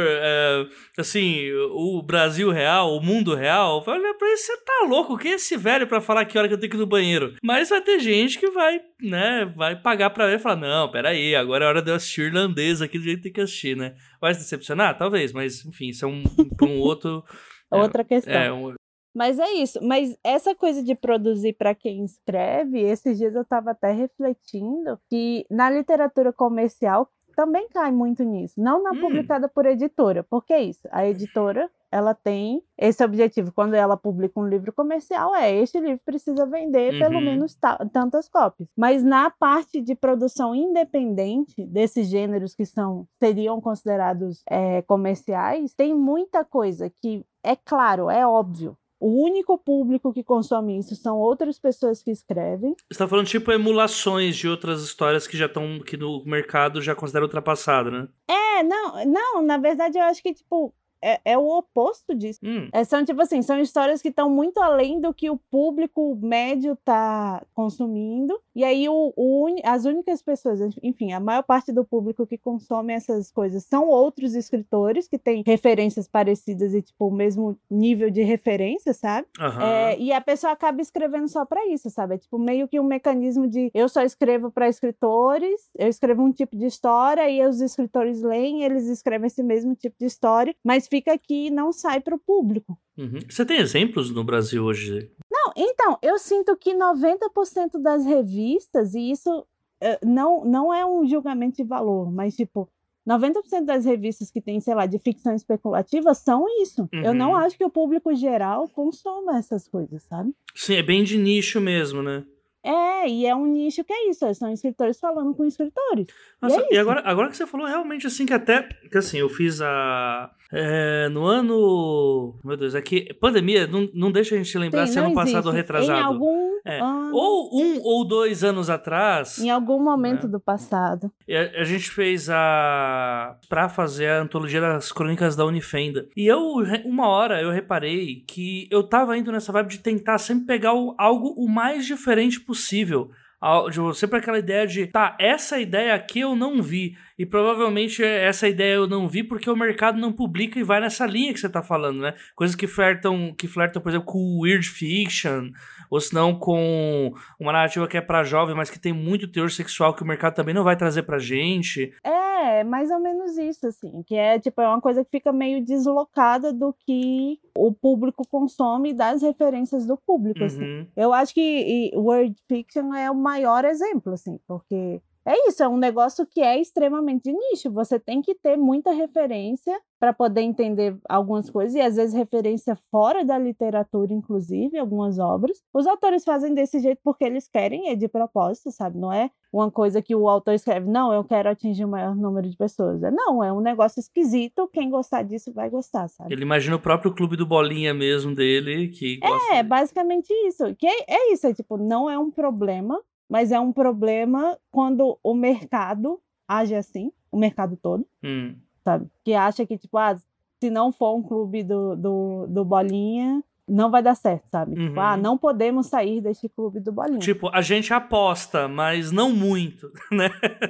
S2: assim, o Brasil real, o mundo real, vai olhar pra isso, você tá louco? Quem é esse velho pra falar que hora que eu tenho que ir no banheiro? Mas vai ter gente que vai, né, vai pagar pra ver e falar, não, peraí, agora é hora de eu assistir irlandês aqui do jeito que tem que assistir, né? Vai se decepcionar? Talvez, mas, enfim, isso é um outro...
S3: Outra questão. Mas é isso, mas essa coisa de produzir para quem escreve, esses dias eu estava até refletindo que na literatura comercial também cai muito nisso, não na publicada por editora, porque é isso, a editora, ela tem esse objetivo, quando ela publica um livro comercial, este livro precisa vender pelo menos tantas cópias, mas na parte de produção independente desses gêneros que seriam considerados comerciais, tem muita coisa que, é claro, é óbvio, o único público que consome isso são outras pessoas que escrevem.
S2: Você tá falando tipo emulações de outras histórias que já estão, que no mercado já considera ultrapassado, né?
S3: Não, na verdade eu acho que, tipo, é o oposto disso. São, tipo assim, são histórias que estão muito além do que o público médio tá consumindo. E aí as únicas pessoas, enfim, a maior parte do público que consome essas coisas são outros escritores que têm referências parecidas e, tipo, o mesmo nível de referência, sabe? E a pessoa acaba escrevendo só pra isso, sabe? É tipo meio que um mecanismo de eu só escrevo pra escritores, eu escrevo um tipo de história e os escritores leem, eles escrevem esse mesmo tipo de história, mas fica aqui e não sai pro público.
S2: Você tem exemplos no Brasil hoje?
S3: Não, então, eu sinto que 90% das revistas, e isso não é um julgamento de valor, mas, tipo, 90% das revistas que tem, sei lá, de ficção especulativa são isso. Eu não acho que o público geral consuma essas coisas, sabe?
S2: Sim, é bem de nicho mesmo, né?
S3: E é um nicho que é isso, são escritores falando com escritores.
S2: Nossa, e agora que você falou, realmente, assim, que assim, eu fiz no ano... Meu Deus, é que pandemia não deixa a gente lembrar se ano passado ou retrasado.
S3: Em algum ano...
S2: Ou 1 ou 2 anos atrás.
S3: Em algum momento do passado.
S2: A gente fez pra fazer a antologia das crônicas da Unifenda. E uma hora eu reparei que eu tava indo nessa vibe de tentar sempre pegar algo o mais diferente possível. Sempre aquela ideia de, tá, essa ideia aqui eu não vi. E provavelmente essa ideia eu não vi porque o mercado não publica e vai nessa linha que você tá falando, né? Coisas que flertam, por exemplo, com weird fiction, ou se não com uma narrativa que é pra jovem, mas que tem muito teor sexual que o mercado também não vai trazer pra gente.
S3: É, mais ou menos isso, assim, que é uma coisa que fica meio deslocada do que o público consome e das referências do público, assim. Eu acho que World Fiction é o maior exemplo, assim, porque é isso, é um negócio que é extremamente de nicho, você tem que ter muita referência para poder entender algumas coisas, e às vezes referência fora da literatura, inclusive, algumas obras. Os autores fazem desse jeito porque eles querem, é de propósito, sabe? Não é uma coisa que o autor escreve, não, eu quero atingir o maior número de pessoas. Não, é um negócio esquisito, quem gostar disso vai gostar, sabe?
S2: Ele imagina o próprio clube do Bolinha mesmo dele, que gosta...
S3: É, basicamente isso. Que é isso, não é um problema, mas é um problema quando o mercado age assim, o mercado todo, sabe? Que acha que, se não for um clube do Bolinha, não vai dar certo, sabe? Não podemos sair deste clube do Bolinha.
S2: A gente aposta, mas não muito, né?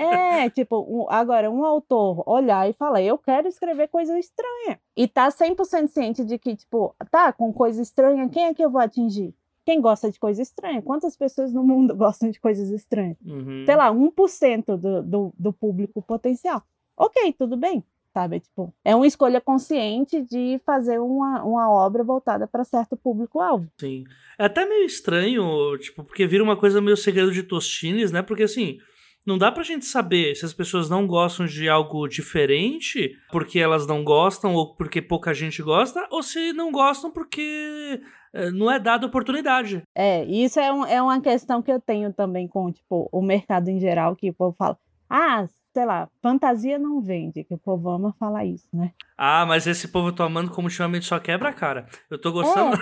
S3: Agora, um autor olhar e falar, eu quero escrever coisa estranha. E tá 100% ciente de que, com coisa estranha, quem é que eu vou atingir? Quem gosta de coisa estranha? Quantas pessoas no mundo gostam de coisas estranhas? Sei lá, 1% do público potencial. Ok, tudo bem, sabe? É uma escolha consciente de fazer uma obra voltada para certo público-alvo.
S2: Sim. É até meio estranho, porque vira uma coisa meio segredo de Tostines, né? Porque, assim, não dá pra gente saber se as pessoas não gostam de algo diferente porque elas não gostam ou porque pouca gente gosta, ou se não gostam porque não é dada oportunidade.
S3: Isso é uma questão que eu tenho também com, o mercado em geral, que o povo fala, sei lá, fantasia não vende, que o povo ama falar isso, né?
S2: Mas esse povo eu tô amando como ultimamente só quebra a cara. Eu tô gostando.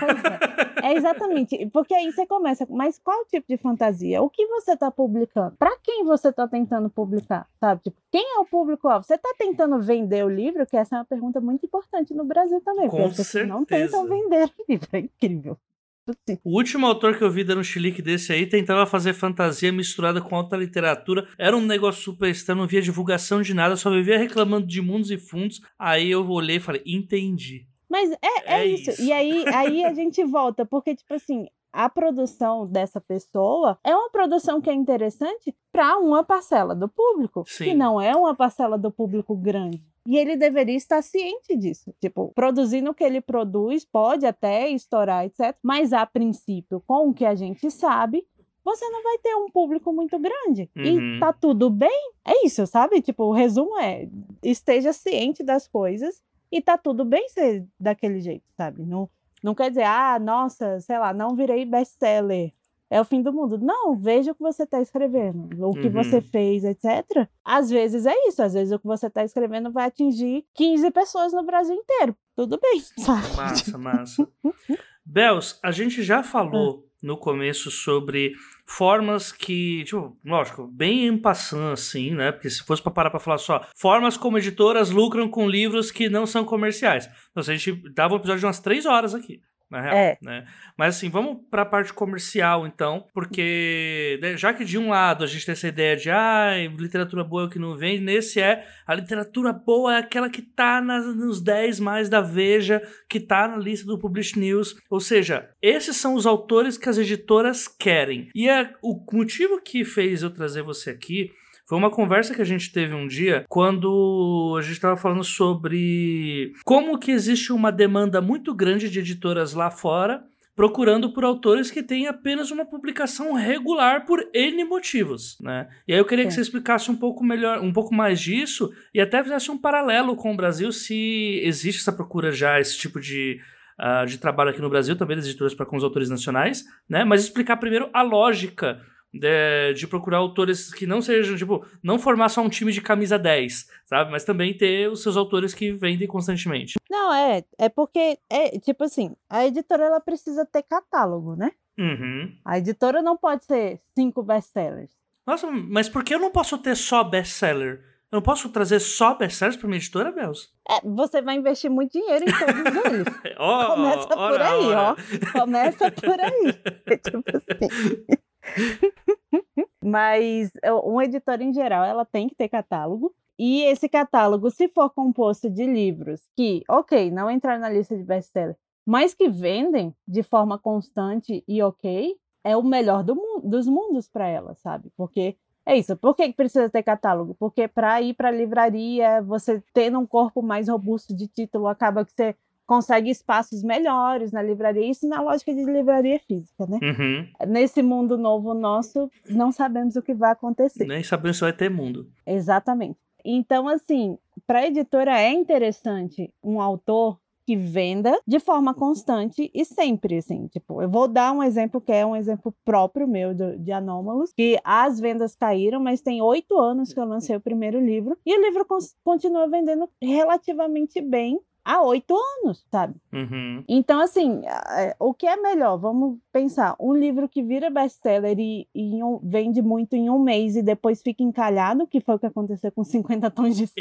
S3: É exatamente, porque aí você começa, mas qual tipo de fantasia? O que você tá publicando? Pra quem você tá tentando publicar, sabe? Quem é o público-alvo? Você tá tentando vender o livro? Que essa é uma pergunta muito importante no Brasil também.
S2: Com
S3: porque as
S2: certeza.
S3: pessoas não tentam vender o livro, é incrível.
S2: O último autor que eu vi dando um chilique desse aí tentava fazer fantasia misturada com alta literatura. Era um negócio super estranho, não via divulgação de nada, só vivia reclamando de mundos e fundos. Aí eu olhei e falei, entendi.
S3: Mas é isso. E aí a gente volta, porque, a produção dessa pessoa é uma produção que é interessante para uma parcela do público,
S2: Sim.
S3: que não é uma parcela do público grande. E ele deveria estar ciente disso. Produzindo o que ele produz, pode até estourar, etc. Mas, a princípio, com o que a gente sabe, você não vai ter um público muito grande. E tá tudo bem. É isso, sabe? O resumo é, esteja ciente das coisas e tá tudo bem ser daquele jeito, sabe? Não quer dizer, nossa, sei lá, não virei best-seller. É o fim do mundo. Não, veja o que você está escrevendo, o que você fez, etc. Às vezes é isso, às vezes o que você está escrevendo vai atingir 15 pessoas no Brasil inteiro. Tudo bem, sabe?
S2: Massa. Bels, a gente já falou no começo sobre formas que, lógico, bem en passant, assim, né? Porque se fosse pra parar pra falar só, formas como editoras lucram com livros que não são comerciais. Então, a gente dava um episódio de umas 3 horas aqui. Na real, né? Mas assim, vamos para a parte comercial então, porque já que de um lado a gente tem essa ideia de literatura boa é o que não vende, nesse a literatura boa é aquela que tá nos 10 mais da Veja, que tá na lista do Publish News, ou seja, esses são os autores que as editoras querem. E o motivo que fez eu trazer você aqui foi uma conversa que a gente teve um dia quando a gente estava falando sobre como que existe uma demanda muito grande de editoras lá fora procurando por autores que têm apenas uma publicação regular por N motivos, né? E aí eu queria que você explicasse um pouco melhor, um pouco mais disso e até fizesse um paralelo com o Brasil, se existe essa procura já, esse tipo de trabalho aqui no Brasil, também das editoras para com os autores nacionais, né? Mas explicar primeiro a lógica de procurar autores que não sejam, não formar só um time de camisa 10, sabe? Mas também ter os seus autores que vendem constantemente.
S3: Não, é porque, a editora ela precisa ter catálogo, né? A editora não pode ser 5 best-sellers.
S2: Nossa, mas por que eu não posso ter só best-seller? Eu não posso trazer só best-sellers para minha editora, Bels?
S3: Você vai investir muito dinheiro em todos eles. Começa por aí, ó. Começa por aí. Mas uma editora, em geral, ela tem que ter catálogo. E esse catálogo, se for composto de livros que, ok, não entraram na lista de best-seller, mas que vendem de forma constante e ok, é o melhor dos mundos para ela, sabe? Porque é isso. Por que precisa ter catálogo? Porque para ir para a livraria, você tendo um corpo mais robusto de título, acaba que você consegue espaços melhores na livraria. Isso na lógica de livraria física, né?
S2: Uhum.
S3: Nesse mundo novo nosso, não sabemos o que vai acontecer.
S2: Nem sabemos se vai ter mundo.
S3: Exatamente. Então, assim, para a editora é interessante um autor que venda de forma constante e sempre, assim, tipo, eu vou dar um exemplo que é um exemplo próprio meu de Anômalos, que as vendas caíram, mas tem 8 anos que eu lancei o primeiro livro, e o livro continua vendendo relativamente bem há 8 anos, sabe?
S2: Uhum.
S3: Então, assim, o que é melhor? Vamos pensar, um livro que vira best-seller e vende muito em um mês e depois fica encalhado, que foi o que aconteceu com 50 Tons de Cinza.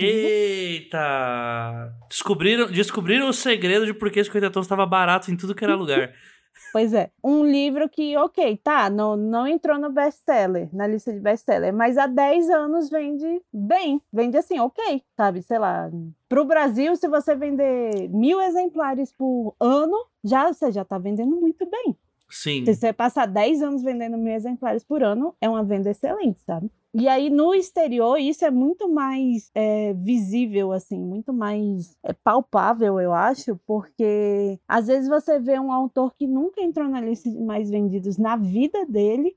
S2: Eita! Descobriram o segredo de por que 50 Tons estava barato em tudo que era lugar.
S3: Pois é. Um livro que, ok, tá, não entrou no best-seller, na lista de best-seller, mas há 10 anos vende bem. Vende assim, ok, sabe? Sei lá, pro Brasil, se você vender 1000 exemplares por ano, você já tá vendendo muito bem.
S2: Sim.
S3: Se você passar 10 anos vendendo 1000 exemplares por ano, é uma venda excelente, sabe? E aí, no exterior, isso é muito mais visível, assim, muito mais palpável, eu acho, porque às vezes você vê um autor que nunca entrou na lista de mais vendidos na vida dele,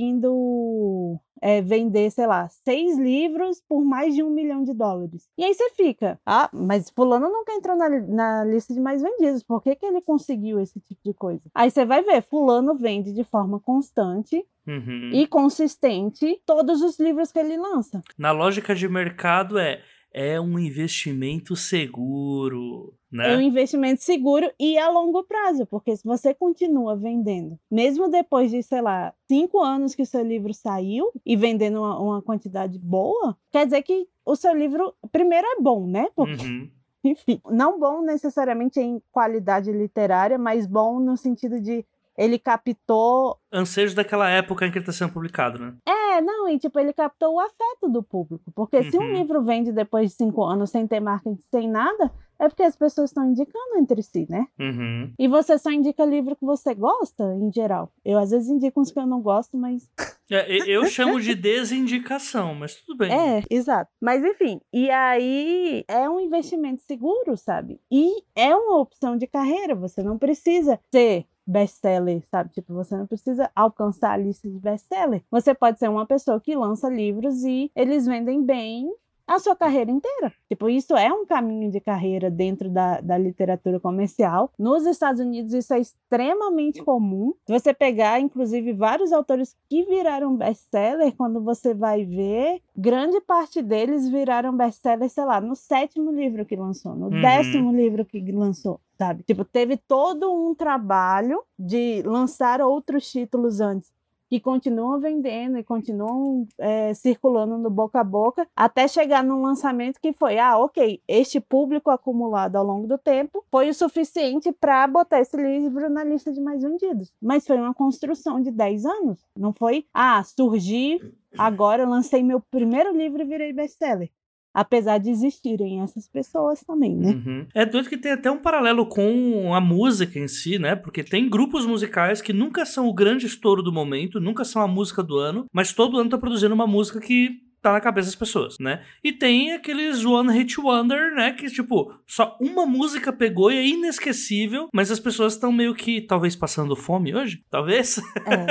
S3: conseguindo vender, sei lá, 6 livros por mais de $1 milhão. E aí você fica, mas fulano nunca entrou na lista de mais vendidos, por que ele conseguiu esse tipo de coisa? Aí você vai ver, fulano vende de forma constante,
S2: uhum,
S3: e consistente todos os livros que ele lança.
S2: Na lógica de mercado é um investimento seguro, né?
S3: É um investimento seguro e a longo prazo, porque se você continua vendendo, mesmo depois de, sei lá, 5 anos que o seu livro saiu e vendendo uma quantidade boa, quer dizer que o seu livro, primeiro, é bom, né? Porque,
S2: uhum,
S3: enfim, não bom necessariamente em qualidade literária, mas bom no sentido de ele captou...
S2: anseios daquela época em que ele está sendo publicado, né?
S3: Não, e tipo, ele captou o afeto do público. Porque se um livro vende depois de 5 anos sem ter marketing, sem nada, é porque as pessoas estão indicando entre si, né?
S2: Uhum.
S3: E você só indica livro que você gosta, em geral. Eu, às vezes, indico uns que eu não gosto, mas...
S2: Eu chamo de desindicação, mas tudo bem.
S3: Exato. Mas, enfim, e aí é um investimento seguro, sabe? E é uma opção de carreira. Você não precisa ser best-seller, sabe? Tipo, você não precisa alcançar a lista de best-seller. Você pode ser uma pessoa que lança livros e eles vendem bem a sua carreira inteira. Tipo, isso é um caminho de carreira dentro da literatura comercial. Nos Estados Unidos, isso é extremamente comum. Se você pegar, inclusive, vários autores que viraram best-seller, quando você vai ver, grande parte deles viraram best-seller, sei lá, no 7º livro que lançou, no 10º livro que lançou, sabe? Tipo, teve todo um trabalho de lançar outros títulos antes, que continuam vendendo e continuam circulando no boca a boca, até chegar num lançamento que foi, ok, este público acumulado ao longo do tempo foi o suficiente para botar esse livro na lista de mais vendidos. Mas foi uma construção de 10 anos. Não foi, surgi, agora eu lancei meu primeiro livro e virei best-seller. Apesar de existirem essas pessoas também, né?
S2: Uhum. É doido que tem até um paralelo com a música em si, né? Porque tem grupos musicais que nunca são o grande estouro do momento, nunca são a música do ano, mas todo ano tá produzindo uma música que tá na cabeça das pessoas, né? E tem aqueles One Hit Wonder, né? Que, tipo, só uma música pegou e é inesquecível, mas as pessoas estão meio que, talvez, passando fome hoje? Talvez?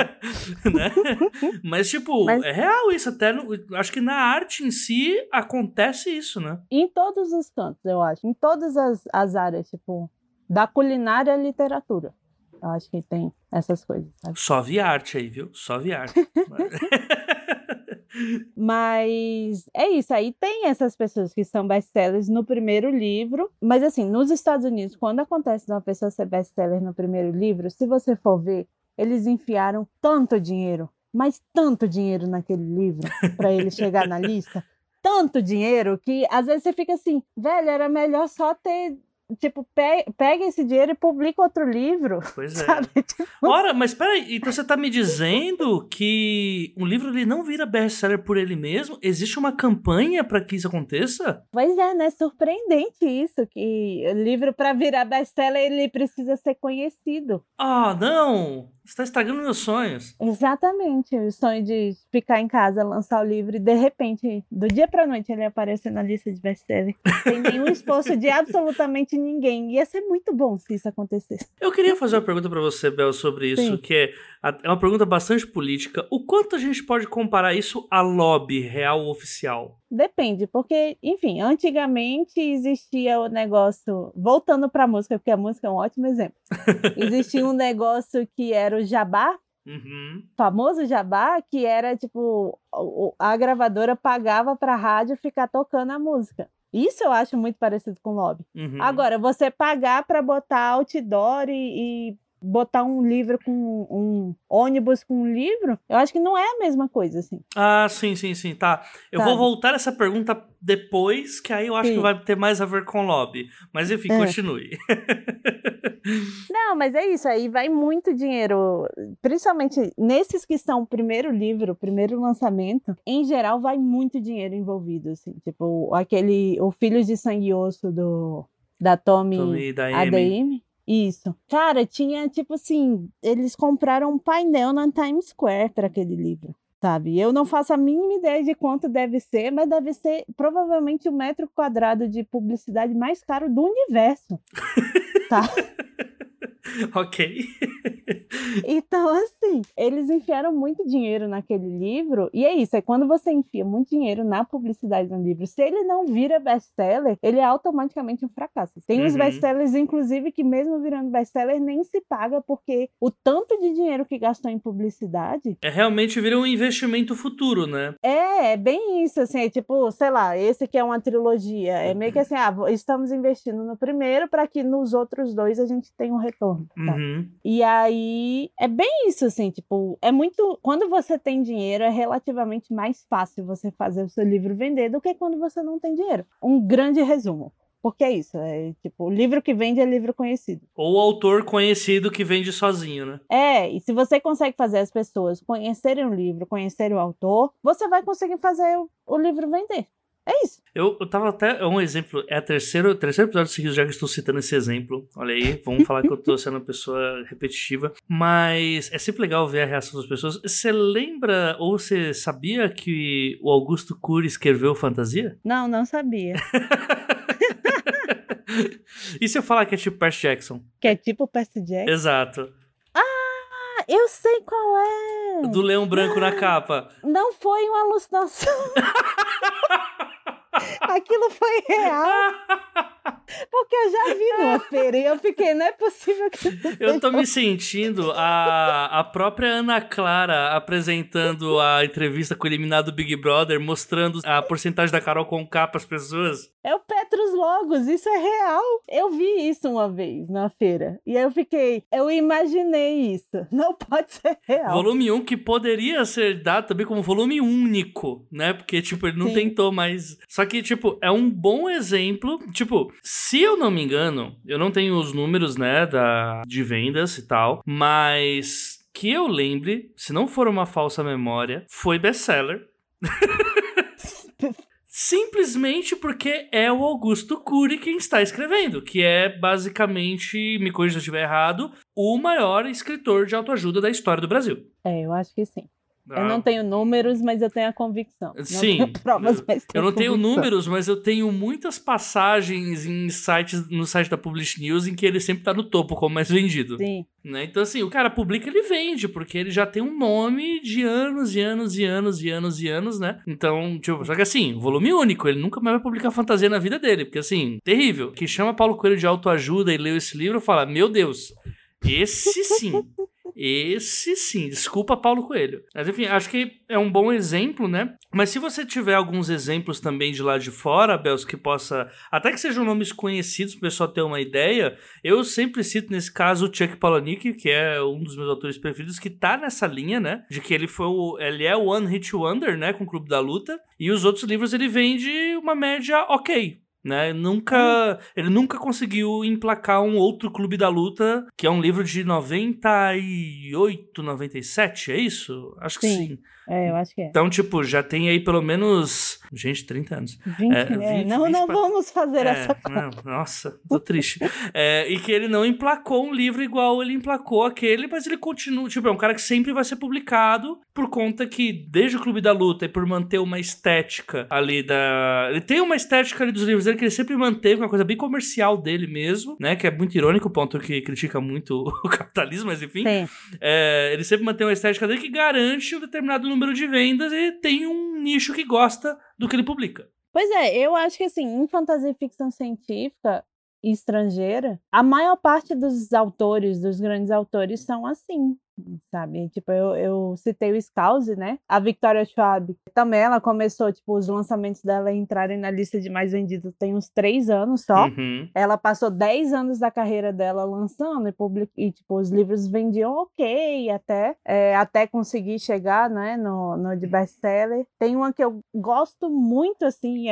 S2: Né? Mas, tipo, é real isso. Até acho que na arte em si acontece isso, né?
S3: Em todos os cantos, eu acho. Em todas as áreas, tipo, da culinária à literatura. Eu acho que tem essas coisas, sabe?
S2: Só vi arte aí, viu? Só vi arte.
S3: Mas é isso, aí tem essas pessoas que são best-sellers no primeiro livro, mas assim, nos Estados Unidos, quando acontece de uma pessoa ser best-seller no primeiro livro, se você for ver, eles enfiaram tanto dinheiro, mas tanto dinheiro naquele livro, para ele chegar na lista, tanto dinheiro, que às vezes você fica assim, velho, era melhor só ter tipo, pega esse dinheiro e publica outro livro.
S2: Pois
S3: sabe?
S2: é.
S3: Tipo,
S2: Ora, mas peraí, então você tá me dizendo que um livro ele não vira best-seller por ele mesmo? Existe uma campanha pra que isso aconteça?
S3: pois é, né? Surpreendente isso, que o livro para virar best-seller ele precisa ser conhecido.
S2: Ah, não! Você tá estragando meus sonhos.
S3: Exatamente, o sonho de ficar em casa, lançar o livro e de repente, do dia pra noite, ele aparecer na lista de best-seller. Sem nenhum esforço de absolutamente ninguém. Ia ser muito bom se isso acontecesse.
S2: Eu queria fazer uma pergunta pra você, Bel, sobre isso,
S3: Sim.
S2: que é uma pergunta bastante política. O quanto a gente pode comparar isso à lobby real oficial?
S3: Depende, porque, enfim, antigamente existia o negócio, voltando pra música, porque a música é um ótimo exemplo. Existia um negócio que era o jabá,
S2: Uhum.
S3: famoso jabá, que era tipo, a gravadora pagava pra rádio ficar tocando a música. Isso eu acho muito parecido com lobby.
S2: Uhum.
S3: Agora, você pagar pra botar outdoor e botar um livro com um ônibus com um livro, eu acho que não é a mesma coisa, assim.
S2: Ah, sim, tá. Eu
S3: Sabe?
S2: vou voltar essa pergunta depois, que aí eu acho
S3: Sim.
S2: que vai ter mais a ver com lobby. Mas enfim, continue.
S3: Não, mas é isso, aí vai muito dinheiro, principalmente nesses que são o primeiro livro, o primeiro lançamento, em geral vai muito dinheiro envolvido, assim, tipo, o Filhos de Sangue e Osso da Tommy
S2: Tommy e da Amy.
S3: ADM. Isso. Cara, tinha, tipo assim, eles compraram um painel na Times Square para aquele livro, sabe? Eu não faço a mínima ideia de quanto deve ser, mas deve ser provavelmente o metro quadrado de publicidade mais caro do universo, tá?
S2: Ok.
S3: Então, assim, eles enfiaram muito dinheiro naquele livro, e é isso, é quando você enfia muito dinheiro na publicidade do livro, se ele não vira best-seller, ele é automaticamente um fracasso. Tem uns
S2: Uhum. best-sellers,
S3: inclusive, que mesmo virando best-seller, nem se paga, porque o tanto de dinheiro que gastou em publicidade...
S2: Realmente vira um investimento futuro, né?
S3: É bem isso, assim, é tipo, sei lá, esse que é uma trilogia, é meio que assim, estamos investindo no primeiro para que nos outros dois a gente tenha um retorno. Tá?
S2: Uhum.
S3: E aí, é bem isso, assim, tipo, é muito... Quando você tem dinheiro, é relativamente mais fácil você fazer o seu livro vender do que quando você não tem dinheiro. Um grande resumo. Porque é isso, é tipo, o livro que vende é livro conhecido.
S2: Ou o autor conhecido que vende sozinho, né?
S3: E se você consegue fazer as pessoas conhecerem o livro, conhecerem o autor, você vai conseguir fazer o livro vender. É isso.
S2: Eu tava até... Um exemplo, é o terceiro episódio seguido já que estou citando esse exemplo. Olha aí, vamos falar que eu tô sendo uma pessoa repetitiva. Mas é sempre legal ver a reação das pessoas. Você lembra ou você sabia que o Augusto Cury escreveu Fantasia?
S3: Não sabia.
S2: E se eu falar que é tipo Percy Jackson?
S3: Que é tipo o Percy Jackson?
S2: Exato.
S3: Eu sei qual é!
S2: Do leão branco na capa.
S3: Não foi uma alucinação. Aquilo foi real. Porque eu já vi numa feira e eu fiquei, não é possível que
S2: Eu tô me sentindo a própria Ana Clara apresentando a entrevista com o eliminado Big Brother, mostrando a porcentagem da Carol Conká pras pessoas.
S3: É o Petrus Logos, isso é real. Eu vi isso uma vez na feira. E aí eu imaginei isso. Não pode ser real.
S2: Volume 1 que poderia ser dado também como volume único, né? Porque, tipo, ele não
S3: Sim.
S2: tentou mais... Só que, tipo, é um bom exemplo. Tipo, se eu não me engano, eu não tenho os números, né, de vendas e tal, mas que eu lembre, se não for uma falsa memória, foi best-seller. Simplesmente porque é o Augusto Cury quem está escrevendo, que é basicamente, me corrija se eu estiver errado, o maior escritor de autoajuda da história do Brasil.
S3: Eu acho que sim. Eu não tenho números, mas eu tenho a convicção.
S2: Sim,
S3: não tenho provas, mas
S2: eu não tenho
S3: convicção.
S2: números, mas eu tenho muitas passagens no site da Publish News em que ele sempre tá no topo como mais vendido.
S3: Sim.
S2: Né? Então, assim, o cara publica, ele vende, porque ele já tem um nome de anos e anos e anos e anos e anos, né? Então, tipo, só que assim, volume único, ele nunca mais vai publicar fantasia na vida dele, porque assim, terrível. Quem chama Paulo Coelho de autoajuda e leu esse livro fala, meu Deus, esse sim, desculpa Paulo Coelho. Mas enfim, acho que é um bom exemplo, né? Mas se você tiver alguns exemplos também de lá de fora, Bels, que possa, até que sejam nomes conhecidos para o pessoal ter uma ideia, eu sempre cito nesse caso o Chuck Palahniuk, que é um dos meus autores preferidos, que tá nessa linha, né? De que ele é o One Hit Wonder, né? Com o Clube da Luta, e os outros livros ele vende uma média ok. né? Ele nunca conseguiu emplacar um outro Clube da Luta, que é um livro de 98, 97, é isso? Acho que sim.
S3: Eu acho que é.
S2: Então, tipo, já tem aí pelo menos... Gente, 30 anos.
S3: 20, não vamos fazer essa conta.
S2: Nossa, tô triste. E que ele não emplacou um livro igual ele emplacou aquele, mas ele continua... Tipo, é um cara que sempre vai ser publicado por conta que, desde o Clube da Luta e por manter uma estética ali ele tem uma estética ali dos livros dele que ele sempre manteve, uma coisa bem comercial dele mesmo, né? Que é muito irônico, o ponto que critica muito o capitalismo, mas enfim. Ele sempre mantém uma estética dele que garante um determinado número de vendas e tem um nicho que gosta do que ele publica.
S3: Pois é, eu acho que assim, em fantasia e ficção científica estrangeira, a maior parte dos grandes autores são assim, sabe? Tipo, eu citei o Scouse, né? A Victoria Schwab também, ela começou, tipo, os lançamentos dela entrarem na lista de mais vendidos tem uns 3 anos só.
S2: Uhum.
S3: Ela passou 10 anos da carreira dela lançando e tipo, os livros vendiam ok até conseguir chegar, né, no de best-seller. Tem uma que eu gosto muito, assim,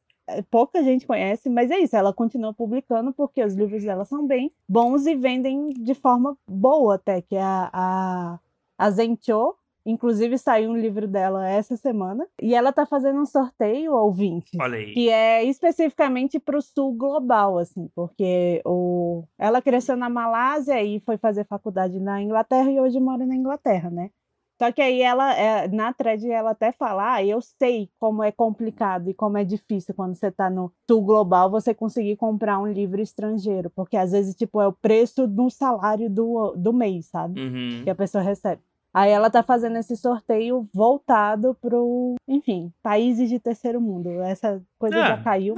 S3: pouca gente conhece, mas é isso, ela continua publicando porque os livros dela são bem bons e vendem de forma boa até, que é a Zhen Cho. Inclusive saiu um livro dela essa semana e ela tá fazendo um sorteio, ouvinte, que é especificamente para o sul global, assim, porque ela cresceu na Malásia e foi fazer faculdade na Inglaterra e hoje mora na Inglaterra, né? Só que aí na thread ela até fala, eu sei como é complicado e como é difícil quando você tá no sul global você conseguir comprar um livro estrangeiro, porque às vezes, tipo, é o preço do salário do mês, sabe?
S2: Uhum.
S3: Que a pessoa recebe. Aí ela tá fazendo esse sorteio voltado pro, enfim, países de terceiro mundo. Essa coisa já caiu,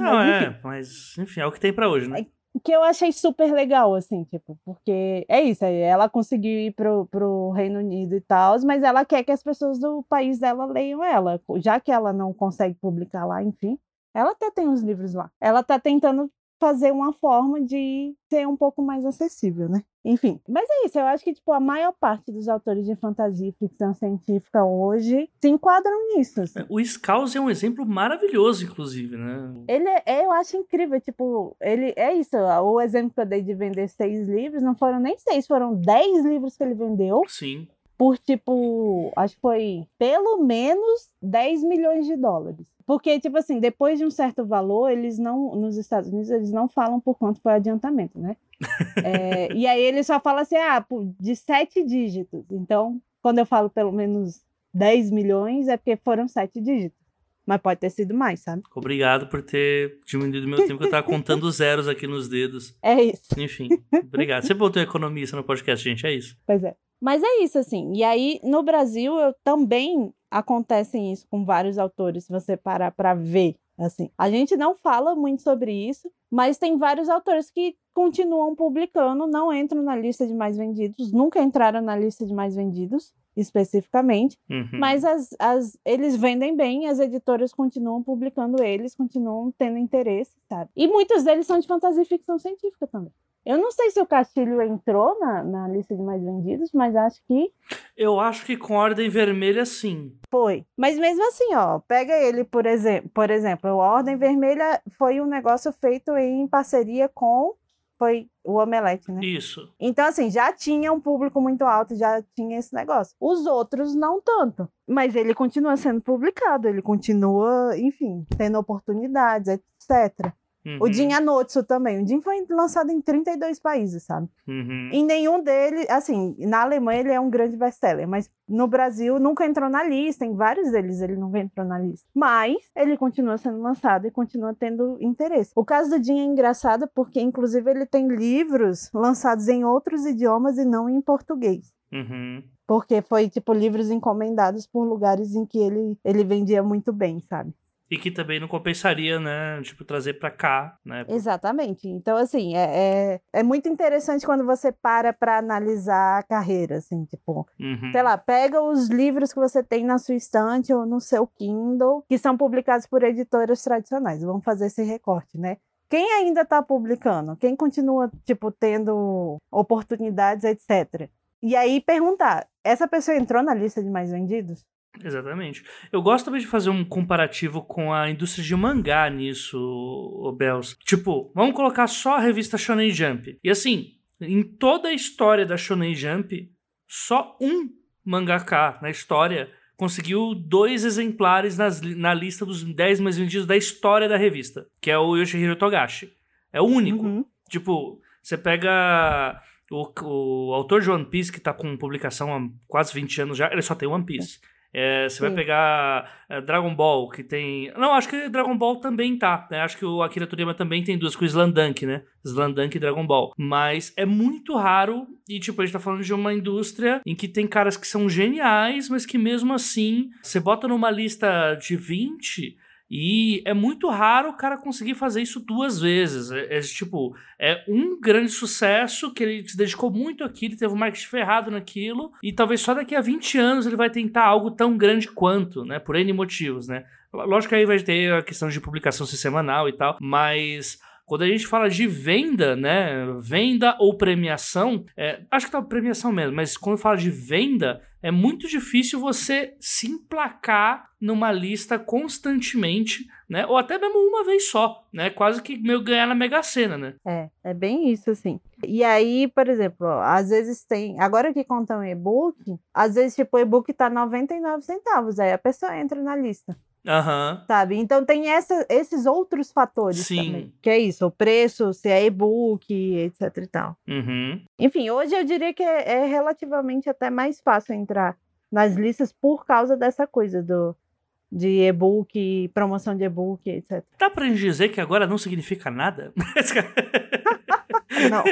S2: mas enfim, é o que tem pra hoje, né?
S3: Que eu achei super legal, assim, tipo, porque é isso aí, ela conseguiu ir pro Reino Unido e tal, mas ela quer que as pessoas do país dela leiam ela, já que ela não consegue publicar lá, enfim, ela até tem os livros lá. Ela tá tentando fazer uma forma de ser um pouco mais acessível, né? Enfim, mas é isso, eu acho que, tipo, a maior parte dos autores de fantasia e ficção científica hoje se enquadram nisso, assim.
S2: O Scouse é um exemplo maravilhoso, inclusive, né?
S3: Eu acho incrível, tipo, é isso, o exemplo que eu dei de vender 6 livros, não foram nem 6, foram 10 livros que ele vendeu.
S2: Sim.
S3: Por, tipo, acho que foi pelo menos 10 milhões de dólares. Porque, tipo assim, depois de um certo valor, nos Estados Unidos, eles não falam por quanto foi o adiantamento, né? E aí ele só fala assim, de 7 dígitos. Então, quando eu falo pelo menos 10 milhões, é porque foram 7 dígitos. Mas pode ter sido mais, sabe?
S2: Obrigado por ter diminuído meu tempo, que eu tava contando zeros aqui nos dedos.
S3: É isso.
S2: Enfim, obrigado. Você botou economista no podcast, gente, é isso.
S3: Pois é. Mas é isso, assim. E aí, no Brasil, também acontecem isso com vários autores, se você parar para ver, assim. A gente não fala muito sobre isso, mas tem vários autores que continuam publicando, não entram na lista de mais vendidos, nunca entraram na lista de mais vendidos, especificamente, mas eles vendem bem, as editoras continuam publicando eles, continuam tendo interesse, sabe? E muitos deles são de fantasia e ficção científica também. Eu não sei se o Castilho entrou na lista de mais vendidos, mas acho que...
S2: Eu acho que com Ordem Vermelha, sim.
S3: Foi. Mas mesmo assim, pega ele, por exemplo, a Ordem Vermelha foi um negócio feito em parceria com... Foi o Omelete, né?
S2: Isso.
S3: Então, assim, já tinha um público muito alto, já tinha esse negócio. Os outros, não tanto. Mas ele continua sendo publicado, ele continua, enfim, tendo oportunidades, etc. O Jin Anotsu também. O Jin foi lançado em 32 países, sabe? Em nenhum deles, assim, na Alemanha ele é um grande best-seller, mas no Brasil nunca entrou na lista, em vários deles ele não entrou na lista. Mas ele continua sendo lançado e continua tendo interesse. O caso do Jin é engraçado porque, inclusive, ele tem livros lançados em outros idiomas e não em português. Porque foi, tipo, livros encomendados por lugares em que ele vendia muito bem, sabe?
S2: E que também não compensaria, né? Tipo, trazer pra cá, né?
S3: Exatamente. Então, assim, é muito interessante quando você para analisar a carreira, assim, tipo... Sei lá, pega os livros que você tem na sua estante ou no seu Kindle, que são publicados por editoras tradicionais. Vamos fazer esse recorte, né? Quem ainda tá publicando? Quem continua, tipo, tendo oportunidades, etc. E aí perguntar, essa pessoa entrou na lista de mais vendidos?
S2: Exatamente. Eu gosto também de fazer um comparativo com a indústria de mangá nisso, ô Bels. Tipo, vamos colocar só a revista Shonen Jump. E assim, em toda a história da Shonen Jump, só um mangaka na história conseguiu 2 exemplares na lista dos 10 mais vendidos da história da revista, que é o Yoshihiro Togashi. É o único. Tipo, você pega o autor de One Piece, que tá com publicação há quase 20 anos já, ele só tem One Piece. Você vai pegar Dragon Ball, que tem... Não, acho que Dragon Ball também tá, né? Acho que o Akira Toriyama também tem 2, com o Slandunk, né? Slandunk e Dragon Ball. Mas é muito raro e, tipo, a gente tá falando de uma indústria em que tem caras que são geniais, mas que mesmo assim, você bota numa lista de 20... E é muito raro o cara conseguir fazer isso 2 vezes. Tipo, é um grande sucesso que ele se dedicou muito àquilo, teve um marketing ferrado naquilo, e talvez só daqui a 20 anos ele vai tentar algo tão grande quanto, né? Por N motivos, né? Lógico que aí vai ter a questão de publicação semanal e tal, mas... Quando a gente fala de venda, né? Venda ou premiação, acho que tá premiação mesmo, mas quando fala de venda, é muito difícil você se emplacar numa lista constantemente, né? Ou até mesmo uma vez só, né? Quase que meio ganhar na Mega Sena, né?
S3: É bem isso, assim. E aí, por exemplo, às vezes tem... Agora que conta um e-book, às vezes, tipo, o e-book tá 99 centavos, aí a pessoa entra na lista. Sabe? Então tem esses outros fatores também. Que é isso, o preço, se é e-book, etc e tal. Enfim, hoje eu diria que é relativamente até mais fácil entrar nas listas por causa dessa coisa de e-book, promoção de e-book, etc.
S2: Dá pra gente dizer que agora não significa nada?
S3: Não.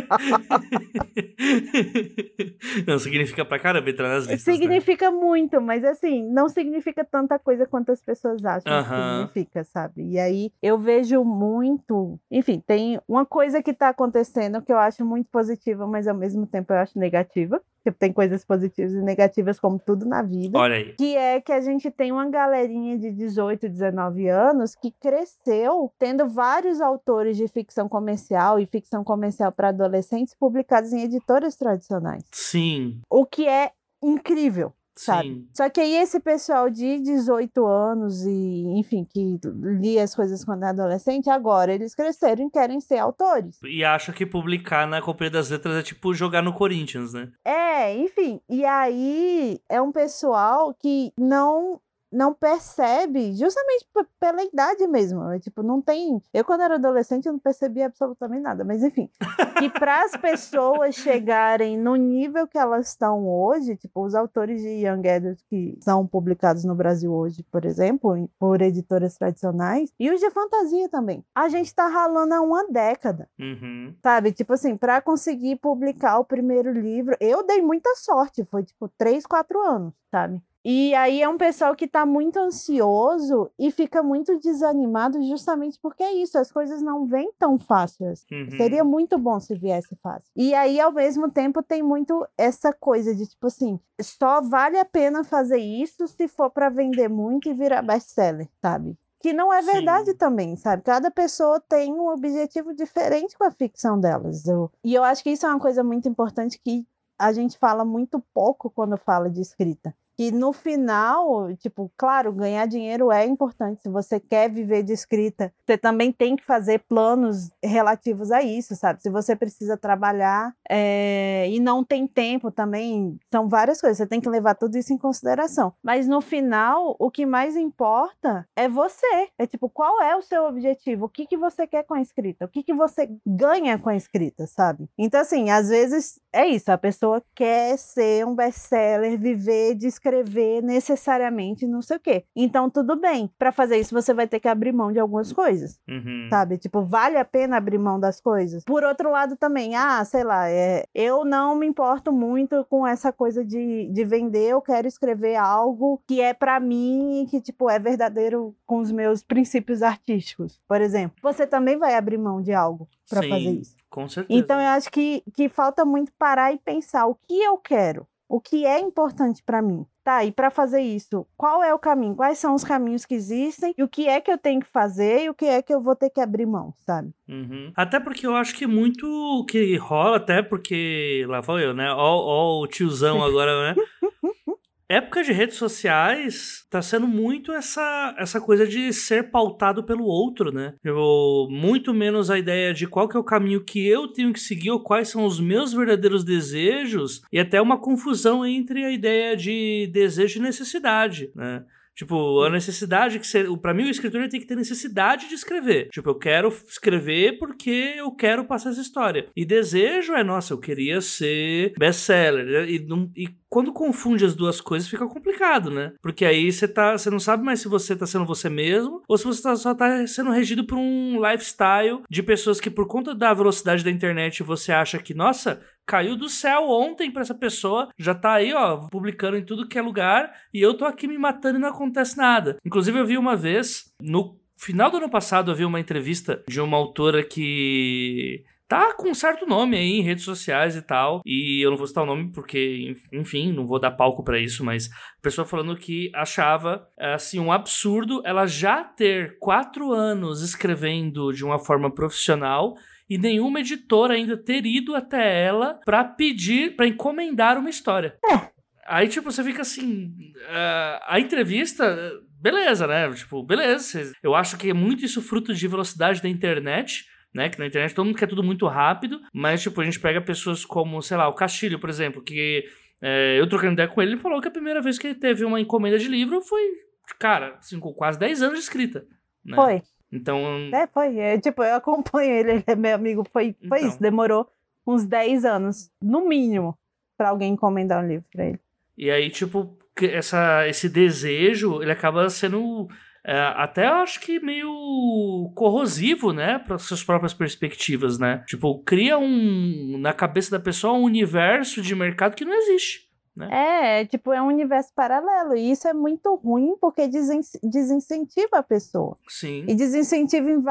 S2: Não, significa pra caramba entrar nas listas,
S3: significa, né? Muito, mas assim, não significa tanta coisa quanto as pessoas acham que significa, sabe? E aí eu vejo muito... Enfim, tem uma coisa que tá acontecendo que eu acho muito positiva, mas ao mesmo tempo eu acho negativa. Tipo, tem coisas positivas e negativas como tudo na vida.
S2: Olha aí.
S3: Que é que a gente tem uma galerinha de 18, 19 anos que cresceu tendo vários autores de ficção comercial e ficção comercial para adolescentes publicados em editoras tradicionais.
S2: Sim.
S3: O que é incrível. Sabe?
S2: Sim.
S3: Só que aí esse pessoal de 18 anos e, enfim, que lia as coisas quando era adolescente, agora eles cresceram e querem ser autores.
S2: E acham que publicar na Companhia das Letras é tipo jogar no Corinthians, né?
S3: Enfim. E aí é um pessoal que não percebe, justamente pela idade mesmo. Tipo, não tem... Eu, quando era adolescente, eu não percebia absolutamente nada. Mas, enfim, que para as pessoas chegarem no nível que elas estão hoje, tipo, os autores de Young Adult que são publicados no Brasil hoje, por exemplo, por editoras tradicionais, e os de fantasia também. A gente tá ralando há uma década. Sabe? Tipo assim, para conseguir publicar o primeiro livro, eu dei muita sorte. Foi, tipo, 3, 4 anos, sabe? E aí é um pessoal que tá muito ansioso e fica muito desanimado justamente porque é isso, as coisas não vêm tão fáceis. Seria muito bom se viesse fácil. E aí, ao mesmo tempo, tem muito essa coisa de, tipo assim, só vale a pena fazer isso se for para vender muito e virar best-seller, sabe? Que não é verdade também, sabe? Cada pessoa tem um objetivo diferente com a ficção delas. E eu acho que isso é uma coisa muito importante que a gente fala muito pouco quando fala de escrita. Que no final, tipo, claro, ganhar dinheiro é importante. Se você quer viver de escrita, você também tem que fazer planos relativos a isso, sabe? Se você precisa trabalhar e não tem tempo também, são várias coisas. Você tem que levar tudo isso em consideração. Mas no final, o que mais importa é você. É tipo, qual é o seu objetivo? O que você quer com a escrita? O que você ganha com a escrita, sabe? Então, assim, às vezes é isso. A pessoa quer ser um best-seller, viver de escrever necessariamente não sei o quê. Então, tudo bem. Para fazer isso, você vai ter que abrir mão de algumas coisas. Sabe? Tipo, vale a pena abrir mão das coisas? Por outro lado também, sei lá, eu não me importo muito com essa coisa de vender, eu quero escrever algo que é para mim e que, tipo, é verdadeiro com os meus princípios artísticos, por exemplo. Você também vai abrir mão de algo para fazer isso.
S2: Com certeza.
S3: Então, eu acho que falta muito parar e pensar o que eu quero, o que é importante para mim. Tá, e para fazer isso, qual é o caminho? Quais são os caminhos que existem? E o que é que eu tenho que fazer? E o que é que eu vou ter que abrir mão, sabe?
S2: Até porque eu acho que muito que rola, até porque... Lá vou eu, né? Ó o tiozão agora, né? época de redes sociais tá sendo muito essa coisa de ser pautado pelo outro, né? Muito menos a ideia de qual que é o caminho que eu tenho que seguir ou quais são os meus verdadeiros desejos e até uma confusão entre a ideia de desejo e necessidade, né? Tipo, a necessidade pra mim o escritor tem que ter necessidade de escrever. Tipo, eu quero escrever porque eu quero passar essa história. E desejo nossa, eu queria ser best-seller. E quando confunde as duas coisas fica complicado, né? Porque aí você não sabe mais se você tá sendo você mesmo ou se você só tá sendo regido por um lifestyle de pessoas que por conta da velocidade da internet você acha que, nossa, caiu do céu ontem pra essa pessoa, já tá aí, ó, publicando em tudo que é lugar, e eu tô aqui me matando e não acontece nada. Inclusive, eu vi uma vez, no final do ano passado, eu vi uma entrevista de uma autora que tá com um certo nome aí em redes sociais e tal, e eu não vou citar o nome porque, enfim, não vou dar palco pra isso, mas a pessoa falando que achava, assim, um absurdo ela já ter 4 anos escrevendo de uma forma profissional e nenhuma editora ainda ter ido até ela pra pedir, pra encomendar uma história. Aí, tipo, você fica assim, a entrevista, beleza, né? Tipo, beleza. Eu acho que é muito isso fruto de velocidade da internet, né? Que na internet todo mundo quer tudo muito rápido, mas, tipo, a gente pega pessoas como, sei lá, o Castilho, por exemplo, que eu trocando ideia com ele, ele falou que a primeira vez que ele teve uma encomenda de livro foi, cara, assim, com quase 10 anos de escrita, né?
S3: Foi.
S2: Então...
S3: foi. Tipo, eu acompanho ele é meu amigo. Foi então. Isso, demorou uns 10 anos, no mínimo, pra alguém encomendar um livro pra ele.
S2: E aí, tipo, esse desejo, ele acaba sendo até, eu acho que meio corrosivo, né, para suas próprias perspectivas, né? Tipo, cria na cabeça da pessoa um universo de mercado que não existe. Né?
S3: Tipo, é um universo paralelo. E isso é muito ruim porque desincentiva a pessoa.
S2: Sim.
S3: E desincentiva em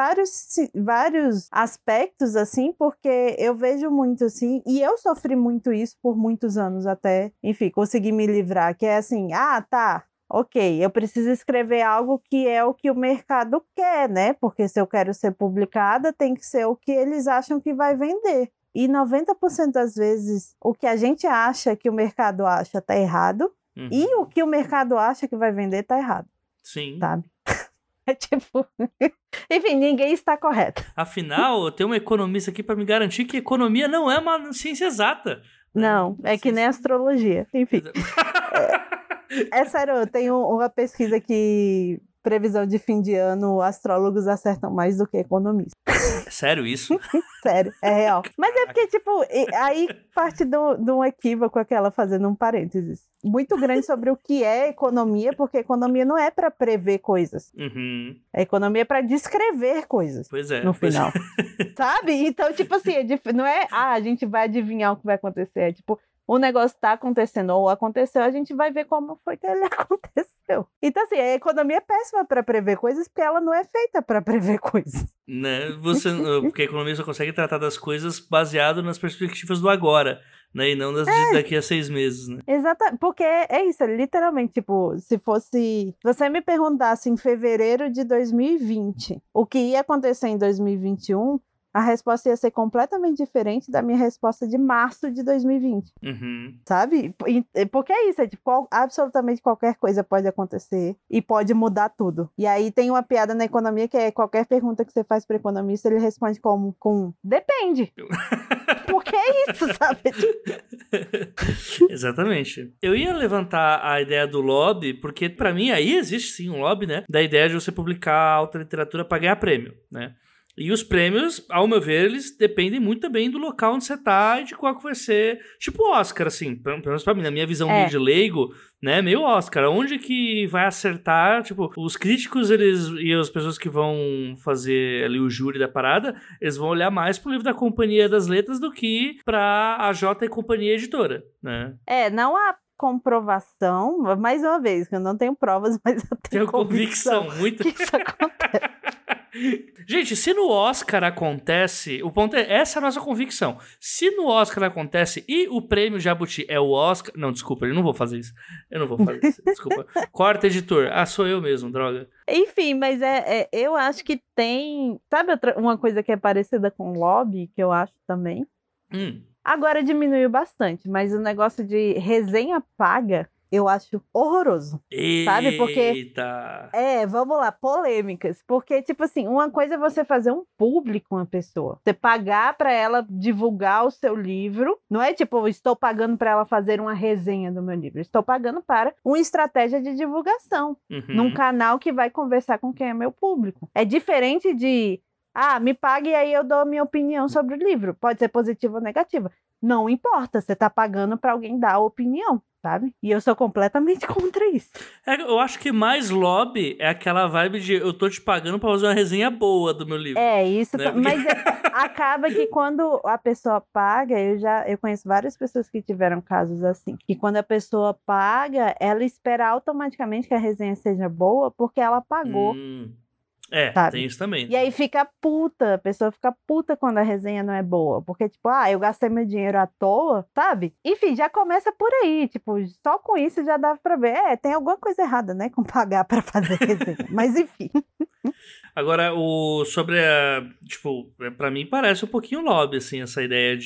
S3: vários aspectos, assim, porque eu vejo muito assim, e eu sofri muito isso por muitos anos até, enfim, conseguir me livrar, que é assim, tá, ok, eu preciso escrever algo que é o que o mercado quer, né? Porque se eu quero ser publicada, tem que ser o que eles acham que vai vender. E 90% das vezes, o que a gente acha que o mercado acha tá errado, e o que o mercado acha que vai vender tá errado.
S2: Sim.
S3: Sabe? É tipo... Enfim, ninguém está correto.
S2: Afinal, eu tenho uma economista aqui para me garantir que economia não é uma ciência exata.
S3: Não, é que nem astrologia. Enfim. É sério, tem uma pesquisa que... Previsão de fim de ano, astrólogos acertam mais do que economistas.
S2: É sério isso?
S3: Sério, é real. Mas é porque, tipo, aí parte de um equívoco aquela fazendo um parênteses muito grande sobre o que é economia, porque economia não é para prever coisas.
S2: Uhum.
S3: A economia é para descrever coisas.
S2: Pois é.
S3: No final. Sabe? Então, tipo assim, não é, a gente vai adivinhar o que vai acontecer. É tipo, o negócio está acontecendo ou aconteceu, a gente vai ver como foi que ele aconteceu. Então, assim, a economia é péssima para prever coisas porque ela não é feita para prever coisas.
S2: Né? Porque a economia só consegue tratar das coisas baseado nas perspectivas do agora, né? E não das de daqui a 6 meses, né?
S3: Exato, porque é isso, literalmente, tipo, se você me perguntasse em fevereiro de 2020 o que ia acontecer em 2021, a resposta ia ser completamente diferente da minha resposta de março de 2020.
S2: Uhum.
S3: Sabe? Porque é isso, tipo, absolutamente qualquer coisa pode acontecer e pode mudar tudo. E aí tem uma piada na economia que é qualquer pergunta que você faz para economista, ele responde com depende. Porque é isso, sabe?
S2: Exatamente. Eu ia levantar a ideia do lobby, porque pra mim aí existe sim um lobby, né? Da ideia de você publicar alta literatura pra ganhar prêmio, né? E os prêmios, ao meu ver, eles dependem muito também do local onde você tá e de qual que vai ser. Tipo Oscar, assim, pelo menos pra mim, na minha visão meio de leigo, né? Meio Oscar. Onde que vai acertar, tipo, os críticos e as pessoas que vão fazer ali o júri da parada, eles vão olhar mais pro livro da Companhia das Letras do que pra a J e Companhia Editora, né?
S3: Não há comprovação, mais uma vez, que eu não tenho provas, mas eu tenho convicção
S2: muito.
S3: Que isso acontece.
S2: Gente, se no Oscar acontece, o ponto é, essa é a nossa convicção. Se no Oscar acontece e o prêmio Jabuti é o Oscar... Não, desculpa, eu não vou fazer isso. Desculpa. Corta, editor. Sou eu mesmo, droga.
S3: Enfim, mas eu acho que tem... Sabe uma coisa que é parecida com o lobby, que eu acho também? Agora diminuiu bastante, mas o negócio de resenha paga Eu acho horroroso. Sabe? Porque...
S2: Eita!
S3: Vamos lá, polêmicas. Porque, tipo assim, uma coisa é você fazer um público uma pessoa. Você pagar pra ela divulgar o seu livro. Não é tipo, eu estou pagando pra ela fazer uma resenha do meu livro. Eu estou pagando para uma estratégia de divulgação. Num canal que vai conversar com quem é meu público. É diferente de... me pague e aí eu dou a minha opinião sobre o livro. Pode ser positiva ou negativa. Não importa, você tá pagando pra alguém dar a opinião. Sabe? E eu sou completamente contra isso.
S2: Eu acho que mais lobby é aquela vibe de eu tô te pagando pra fazer uma resenha boa do meu livro.
S3: Isso, né? Mas acaba que quando a pessoa paga, eu conheço várias pessoas que tiveram casos assim, que quando a pessoa paga, ela espera automaticamente que a resenha seja boa porque ela pagou. Sabe?
S2: Tem isso também.
S3: E aí fica puta, a pessoa fica puta quando a resenha não é boa, porque tipo, eu gastei meu dinheiro à toa, sabe? Enfim, já começa por aí, tipo, só com isso já dá pra ver, tem alguma coisa errada, né, com pagar pra fazer resenha, mas enfim.
S2: Agora, sobre pra mim parece um pouquinho lobby, assim, essa ideia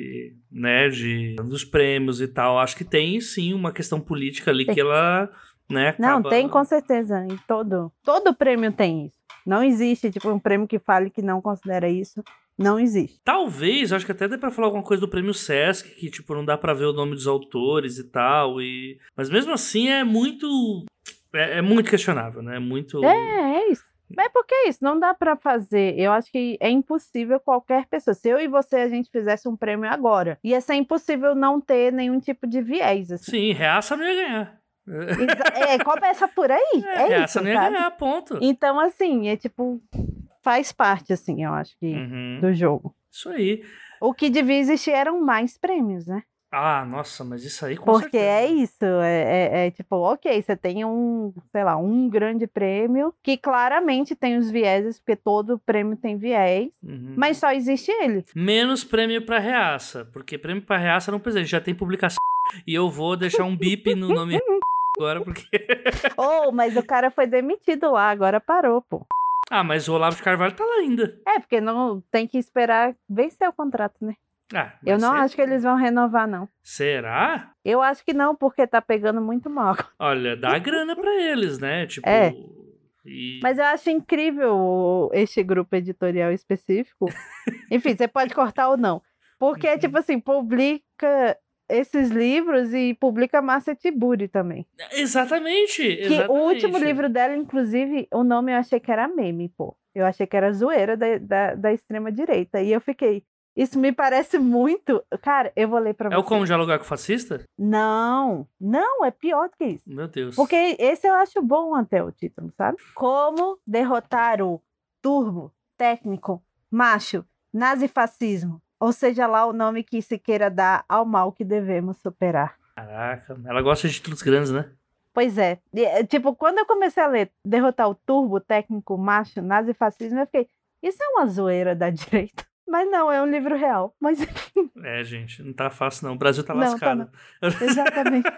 S2: dos prêmios e tal. Acho que tem, sim, uma questão política ali que ela, né, acaba...
S3: Não, tem com certeza, em todo prêmio tem isso. Não existe, tipo, um prêmio que fale que não considera isso. Não existe.
S2: Talvez, acho que até dê pra falar alguma coisa do prêmio Sesc, que, tipo, não dá pra ver o nome dos autores e tal. Mas mesmo assim é muito... É muito questionável, né? É muito...
S3: É isso. Mas por que isso? Não dá pra fazer. Eu acho que é impossível qualquer pessoa. Se eu e você, a gente fizesse um prêmio agora, ia ser impossível não ter nenhum tipo de viés, assim.
S2: Sim, reaça não ia ganhar.
S3: Começa por aí.
S2: Essa não ia ganhar, ponto.
S3: Então, assim, tipo, faz parte, assim, eu acho que, do jogo.
S2: Isso aí.
S3: O que devia existir eram mais prêmios, né?
S2: Nossa, mas isso aí com
S3: Porque
S2: certeza.
S3: é isso, tipo, ok, você tem um grande prêmio que claramente tem os vieses, porque todo prêmio tem viés, mas só existe ele.
S2: Menos prêmio pra reaça, porque prêmio pra reaça não precisa, já tem publicação e eu vou deixar um bip no nome agora, porque...
S3: Mas o cara foi demitido lá, agora parou, pô.
S2: Mas o Olavo de Carvalho tá lá ainda.
S3: Porque não tem que esperar vencer o contrato, né? Eu não acho que eles vão renovar, não.
S2: Será?
S3: Eu acho que não, porque tá pegando muito mal.
S2: Olha, dá grana pra eles, né? Tipo...
S3: Mas eu acho incrível este grupo editorial específico. Enfim, você pode cortar ou não. Porque, tipo assim, publica esses livros e publica Márcia Tiburi também.
S2: Exatamente.
S3: Que o último livro dela, inclusive, o nome eu achei que era meme, pô. Eu achei que era zoeira da extrema-direita. E eu fiquei... Isso me parece muito... Cara, eu vou ler pra você.
S2: É o Como Dialogar com o Fascista?
S3: Não, é pior do que isso.
S2: Meu Deus.
S3: Porque esse eu acho bom até o título, sabe? Como derrotar o turbo, técnico, macho, nazifascismo. Ou seja lá o nome que se queira dar ao mal que devemos superar.
S2: Caraca, ela gosta de títulos grandes, né?
S3: Pois é. Tipo, quando eu comecei a ler derrotar o turbo, técnico, macho, nazifascismo, eu fiquei... Isso é uma zoeira da direita. Mas não, é um livro real. Mas enfim.
S2: Gente, não tá fácil não. O Brasil tá
S3: não,
S2: lascado.
S3: Tá não. Exatamente.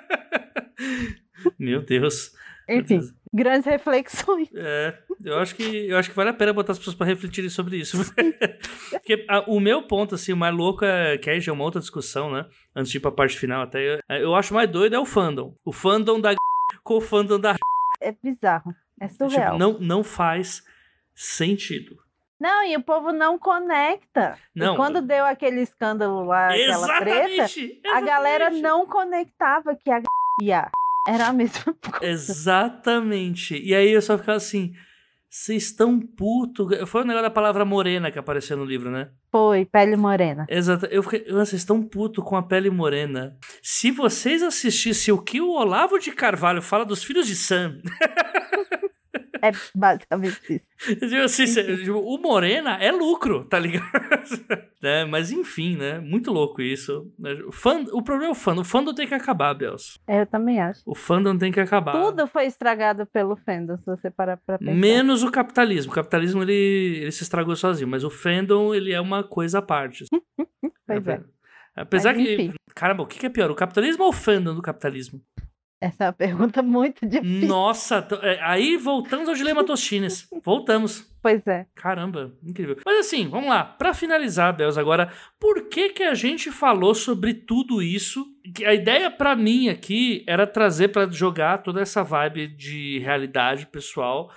S2: Meu Deus.
S3: Enfim, grandes reflexões.
S2: Eu acho que vale a pena botar as pessoas pra refletirem sobre isso. Porque o meu ponto, assim, o mais louco que aí já é uma outra discussão, né? Antes de ir pra parte final até. Eu acho mais doido é o fandom. O fandom da com o fandom da...
S3: É bizarro. É surreal.
S2: Tipo, não faz sentido.
S3: Não, e o povo não conecta.
S2: Não.
S3: E quando deu aquele escândalo lá, aquela treta, a galera não conectava que a era a mesma coisa.
S2: Exatamente. E aí eu só ficava assim, vocês estão putos. Foi o negócio da palavra morena que apareceu no livro, né?
S3: Foi, pele morena.
S2: Exato. Eu fiquei, vocês estão putos com a pele morena. Se vocês assistissem o que o Olavo de Carvalho fala dos filhos de Sam...
S3: É basicamente isso.
S2: O Morena é lucro, tá ligado? Mas enfim, né? Muito louco isso. O problema é o fandom. O fandom tem que acabar, Bels.
S3: Eu também acho.
S2: O fandom tem que acabar.
S3: Tudo foi estragado pelo fandom, se você parar pra pensar.
S2: Menos o capitalismo. O capitalismo, ele se estragou sozinho. Mas o fandom, ele é uma coisa à parte.
S3: Pois é.
S2: Apesar que... Caramba, o que é pior? O capitalismo ou o fandom do capitalismo?
S3: Essa é uma pergunta muito difícil.
S2: Nossa, aí voltamos ao dilema Tostines. Voltamos.
S3: Pois é.
S2: Caramba, incrível. Mas assim, vamos lá. Pra finalizar, Belz, agora, por que a gente falou sobre tudo isso? A ideia pra mim aqui era trazer pra jogar toda essa vibe de realidade pessoal.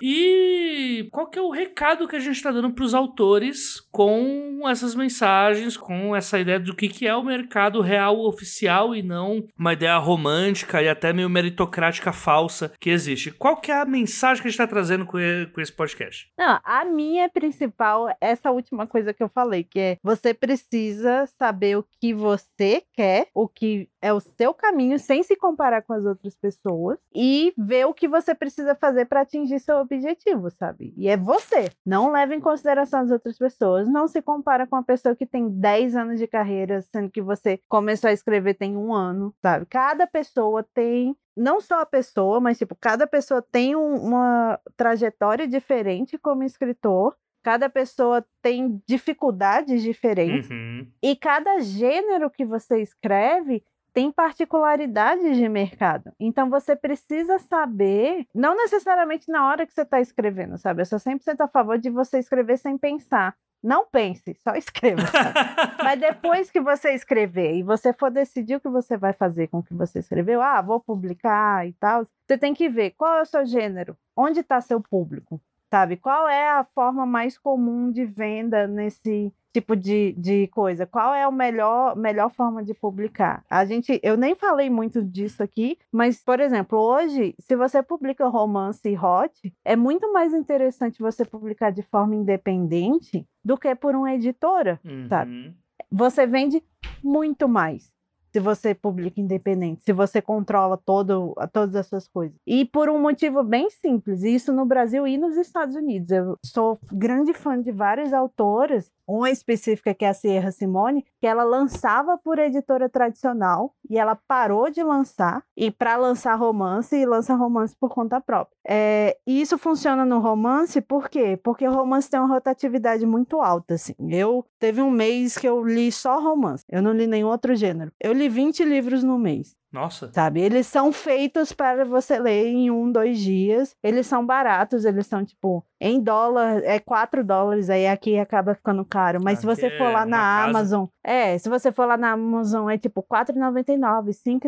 S2: E qual que é o recado que a gente tá dando pros autores com essas mensagens, com essa ideia do que é o mercado real oficial e não uma ideia romântica e até meio meritocrática falsa que existe. Qual que é a mensagem que a gente tá trazendo com esse podcast?
S3: Não, a minha principal, essa última coisa que eu falei, que é você precisa saber o que você quer, o que é o seu caminho, sem se comparar com as outras pessoas, e ver o que você precisa fazer para atingir seu objetivo, sabe? E é você. Não leve em consideração as outras pessoas, não se compara com a pessoa que tem 10 anos de carreira, sendo que você começou a escrever tem 1 ano, sabe? Cada pessoa tem... Não só a pessoa, mas tipo, cada pessoa tem uma trajetória diferente como escritor, cada pessoa tem dificuldades diferentes, e cada gênero que você escreve tem particularidades de mercado. Então você precisa saber, não necessariamente na hora que você está escrevendo, sabe? Eu sou 100% a favor de você escrever sem pensar. Não pense, só escreva. Mas depois que você escrever e você for decidir o que você vai fazer com o que você escreveu, vou publicar e tal, você tem que ver qual é o seu gênero, onde está seu público, sabe? Qual é a forma mais comum de venda nesse tipo de coisa? Qual é a melhor forma de publicar? Eu nem falei muito disso aqui, mas, por exemplo, hoje, se você publica romance hot, é muito mais interessante você publicar de forma independente do que por uma editora, sabe? Você vende muito mais se você publica independente, se você controla todas as suas coisas. E por um motivo bem simples, isso no Brasil e nos Estados Unidos. Eu sou grande fã de várias autoras, uma específica que é a Sierra Simone, que ela lançava por editora tradicional e ela parou de lançar e para lançar romance e lança romance por conta própria. E isso funciona no romance por quê? Porque o romance tem uma rotatividade muito alta, assim. Teve um mês que eu li só romance, eu não li nenhum outro gênero. Eu li 20 livros no mês.
S2: Nossa.
S3: Sabe? Eles são feitos para você ler em 1, 2 dias. Eles são baratos, eles são tipo, em dólar, é $4, aí aqui acaba ficando caro. Mas se você for lá na Amazon, se você for lá na Amazon, é tipo R$4,99,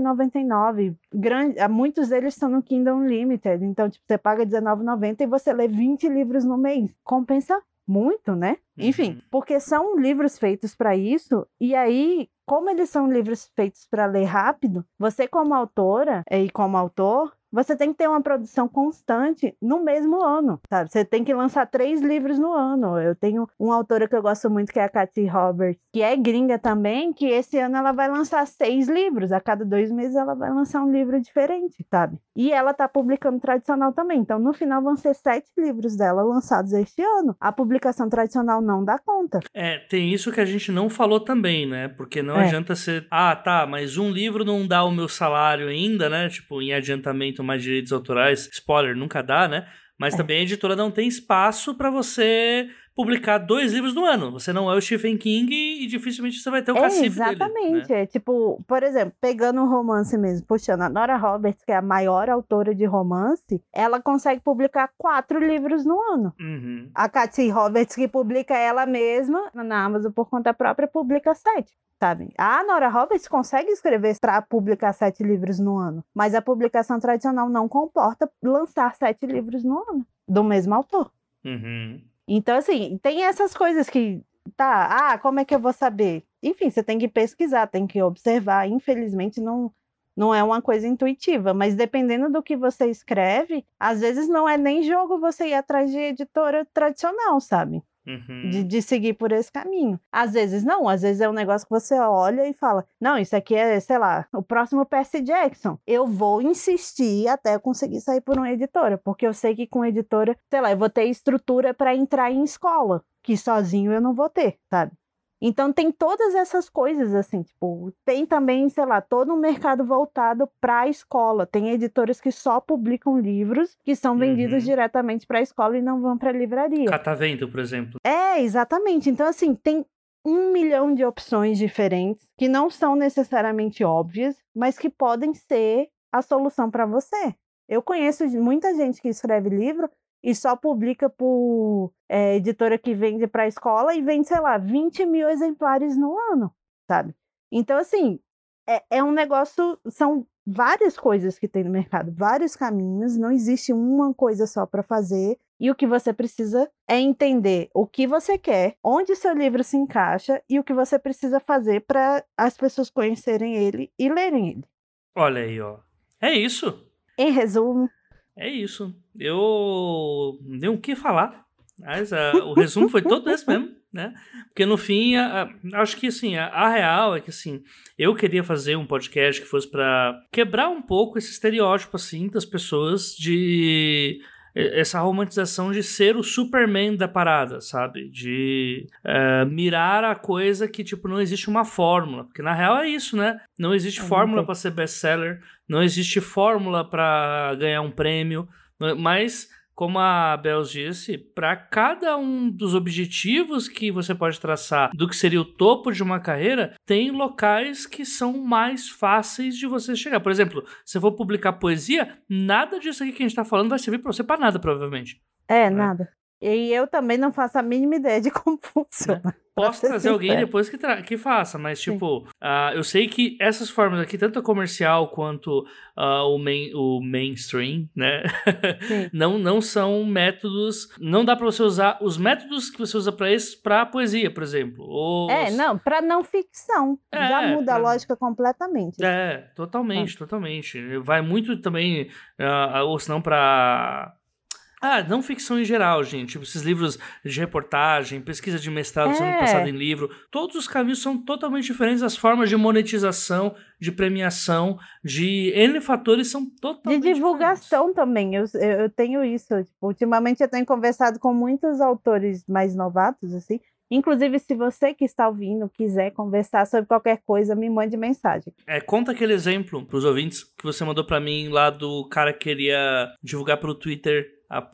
S3: R$5,99. Muitos deles estão no Kindle Unlimited. Então, tipo, você paga R$19,90 e você lê 20 livros no mês. Compensa muito, né? Enfim, porque são livros feitos para isso, e aí, como eles são livros feitos para ler rápido, você como autora e como autor, você tem que ter uma produção constante no mesmo ano, sabe? Você tem que lançar 3 livros no ano. Eu tenho uma autora que eu gosto muito, que é a Cathy Roberts, que é gringa também, que esse ano ela vai lançar 6 livros. A cada 2 meses ela vai lançar um livro diferente, sabe? E ela tá publicando tradicional também. Então, no final, vão ser 7 livros dela lançados este ano. A publicação tradicional não dá conta.
S2: Tem isso que a gente não falou também, né? Porque não adianta ser... mas um livro não dá o meu salário ainda, né? Tipo, em adiantamento, mais direitos autorais. Spoiler, nunca dá, né? Mas também a editora não tem espaço pra você publicar 2 livros no ano. Você não é o Stephen King e dificilmente você vai ter o cacife dele.
S3: Exatamente.
S2: Né?
S3: Tipo, por exemplo, pegando um romance mesmo, puxando a Nora Roberts, que é a maior autora de romance, ela consegue publicar 4 livros no ano. A Cathy Roberts, que publica ela mesma na Amazon por conta própria, publica 7. Sabe? A Nora Roberts consegue escrever para publicar 7 livros no ano, mas a publicação tradicional não comporta lançar 7 livros no ano, do mesmo autor. Então, assim, tem essas coisas que... como é que eu vou saber? Enfim, você tem que pesquisar, tem que observar. Infelizmente, não é uma coisa intuitiva, mas dependendo do que você escreve, às vezes não é nem jogo você ir atrás de editora tradicional, sabe? De seguir por esse caminho. Às vezes não, às vezes é um negócio que você olha e fala, não, isso aqui é, sei lá, o próximo Percy Jackson. Eu vou insistir até eu conseguir sair por uma editora, porque eu sei que com editora, sei lá, eu vou ter estrutura para entrar em escola, que sozinho eu não vou ter, sabe? Então tem todas essas coisas, assim, tipo, tem também, sei lá, todo um mercado voltado para a escola. Tem editoras que só publicam livros que são vendidos diretamente para a escola e não vão para a livraria.
S2: Catavento, por exemplo.
S3: Exatamente. Então, assim, tem 1 milhão de opções diferentes que não são necessariamente óbvias, mas que podem ser a solução para você. Eu conheço muita gente que escreve livro e só publica por editora que vende para a escola e vende, sei lá, 20 mil exemplares no ano, sabe? Então, assim, é um negócio, são várias coisas que tem no mercado, vários caminhos, não existe uma coisa só para fazer, e o que você precisa é entender o que você quer, onde o seu livro se encaixa e o que você precisa fazer para as pessoas conhecerem ele e lerem ele.
S2: Olha aí, ó. É isso.
S3: Em resumo...
S2: É isso. Eu não tenho o que falar, mas o resumo foi todo esse mesmo, né? Porque no fim, acho que assim, a real é que assim, eu queria fazer um podcast que fosse pra quebrar um pouco esse estereótipo assim das pessoas de essa romantização de ser o Superman da parada, sabe? De mirar a coisa que, tipo, não existe uma fórmula. Porque na real é isso, né? Não existe fórmula pra ser best-seller, não existe fórmula pra ganhar um prêmio, mas, como a Bells disse, para cada um dos objetivos que você pode traçar do que seria o topo de uma carreira, tem locais que são mais fáceis de você chegar. Por exemplo, se eu for publicar poesia, nada disso aqui que a gente tá falando vai servir pra você pra nada, provavelmente.
S3: Nada. E eu também não faço a mínima ideia de como funciona.
S2: Posso trazer alguém depois que faça, mas tipo, eu sei que essas formas aqui, tanto a comercial quanto o mainstream, né? não são métodos, não dá pra você usar os métodos que você usa pra poesia, por exemplo.
S3: Não, pra não ficção. Já muda a lógica completamente.
S2: Totalmente. Vai muito também, ou se não pra... não ficção em geral, gente. Tipo, esses livros de reportagem, pesquisa de mestrado sendo passado em livro. Todos os caminhos são totalmente diferentes. As formas de monetização, de premiação, de N fatores são totalmente
S3: de divulgação diferentes. Também. Eu tenho isso. Tipo, ultimamente eu tenho conversado com muitos autores mais novatos, assim. Inclusive, se você que está ouvindo quiser conversar sobre qualquer coisa, me mande mensagem.
S2: Conta aquele exemplo para os ouvintes que você mandou para mim lá do cara que queria divulgar pelo Twitter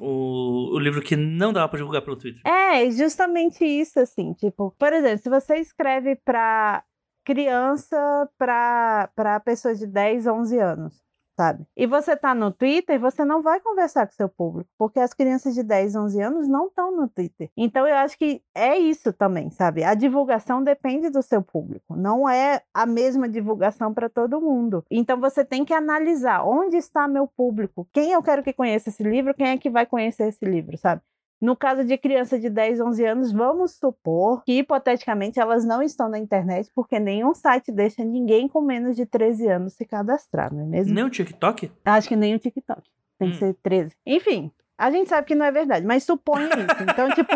S2: o livro que não dava pra divulgar pelo Twitter.
S3: Justamente isso, assim, tipo, por exemplo, se você escreve pra criança, pra pessoas de 10, 11 anos, sabe? E você tá no Twitter, você não vai conversar com seu público, porque as crianças de 10, 11 anos não estão no Twitter. Então eu acho que é isso também, sabe? A divulgação depende do seu público, não é a mesma divulgação para todo mundo. Então você tem que analisar onde está meu público, quem eu quero que conheça esse livro, quem é que vai conhecer esse livro, sabe? No caso de criança de 10, 11 anos, vamos supor que, hipoteticamente, elas não estão na internet, porque nenhum site deixa ninguém com menos de 13 anos se cadastrar, não é mesmo?
S2: Nem o TikTok?
S3: Acho que nem o TikTok. Tem que ser 13. Enfim, a gente sabe que não é verdade, mas suponha isso. Então, tipo,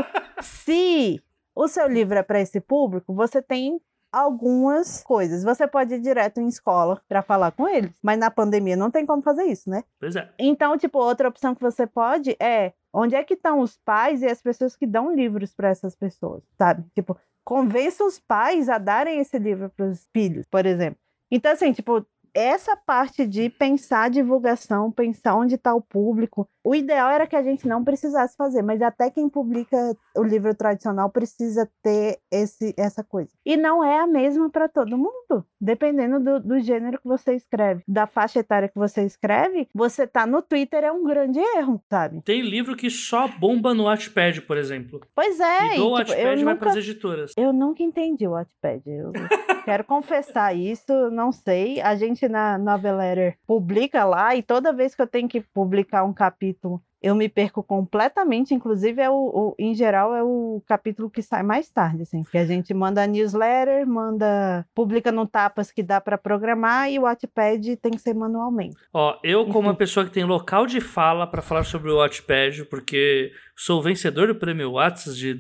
S3: se o seu livro é para esse público, você tem algumas coisas. Você pode ir direto em escola para falar com eles, mas na pandemia não tem como fazer isso, né?
S2: Pois é.
S3: Então, tipo, outra opção que você pode é onde é que estão os pais e as pessoas que dão livros para essas pessoas, sabe? Tipo, convença os pais a darem esse livro para os filhos, por exemplo. Então, assim, tipo, essa parte de pensar a divulgação, pensar onde está o público, o ideal era que a gente não precisasse fazer, mas até quem publica o livro tradicional precisa ter essa coisa. E não é a mesma para todo mundo, dependendo do gênero que você escreve, da faixa etária que você escreve, você tá no Twitter é um grande erro, sabe?
S2: Tem livro que só bomba no Wattpad, por exemplo.
S3: Pois é.
S2: E do Wattpad vai para as editoras.
S3: Eu nunca entendi o Wattpad. Eu quero confessar isso, não sei. A gente na Novel Letter publica lá e toda vez que eu tenho que publicar um capítulo, eu me perco completamente. Inclusive, em geral, é o capítulo que sai mais tarde, assim, que a gente manda newsletter, publica no Tapas que dá para programar e o Wattpad tem que ser manualmente.
S2: Como uma pessoa que tem local de fala para falar sobre o Wattpad, porque sou vencedor do Prêmio Watts de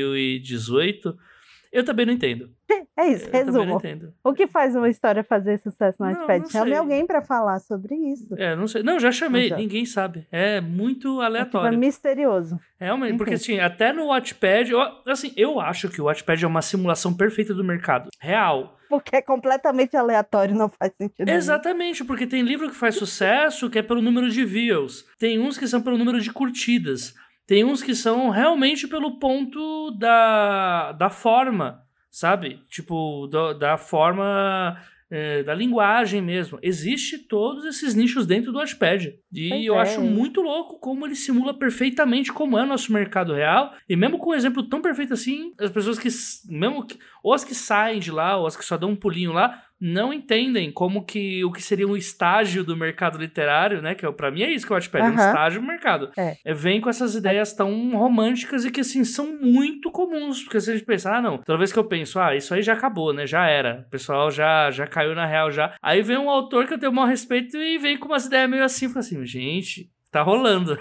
S2: 2018, eu também não entendo.
S3: É isso, resumo.
S2: Também não entendo.
S3: O que faz uma história fazer sucesso no Wattpad? Chame alguém pra falar sobre isso.
S2: Não sei. Não, já chamei, ninguém sabe. É muito aleatório.
S3: É misterioso.
S2: Realmente, porque assim, até no Wattpad, eu acho que o Wattpad é uma simulação perfeita do mercado. Real.
S3: Porque é completamente aleatório, não faz sentido.
S2: Exatamente, porque tem livro que faz sucesso que é pelo número de views. Tem uns que são pelo número de curtidas. Tem uns que são realmente pelo ponto da forma, sabe? Tipo, da forma da linguagem mesmo. Existe todos esses nichos dentro do Wattpad. E eu acho muito louco como ele simula perfeitamente como é o nosso mercado real. E mesmo com um exemplo tão perfeito assim, as pessoas ou as que saem de lá, ou as que só dão um pulinho lá, não entendem como que o que seria um estágio do mercado literário, né? Que pra mim é isso que eu acho, um estágio do mercado. Vem com essas ideias tão românticas e que, assim, são muito comuns. Porque se a gente pensar, não, toda vez que eu penso, isso aí já acabou, né? Já era. O pessoal já caiu na real já. Aí vem um autor que eu tenho o maior respeito e vem com umas ideias meio assim, fica assim, gente, tá rolando.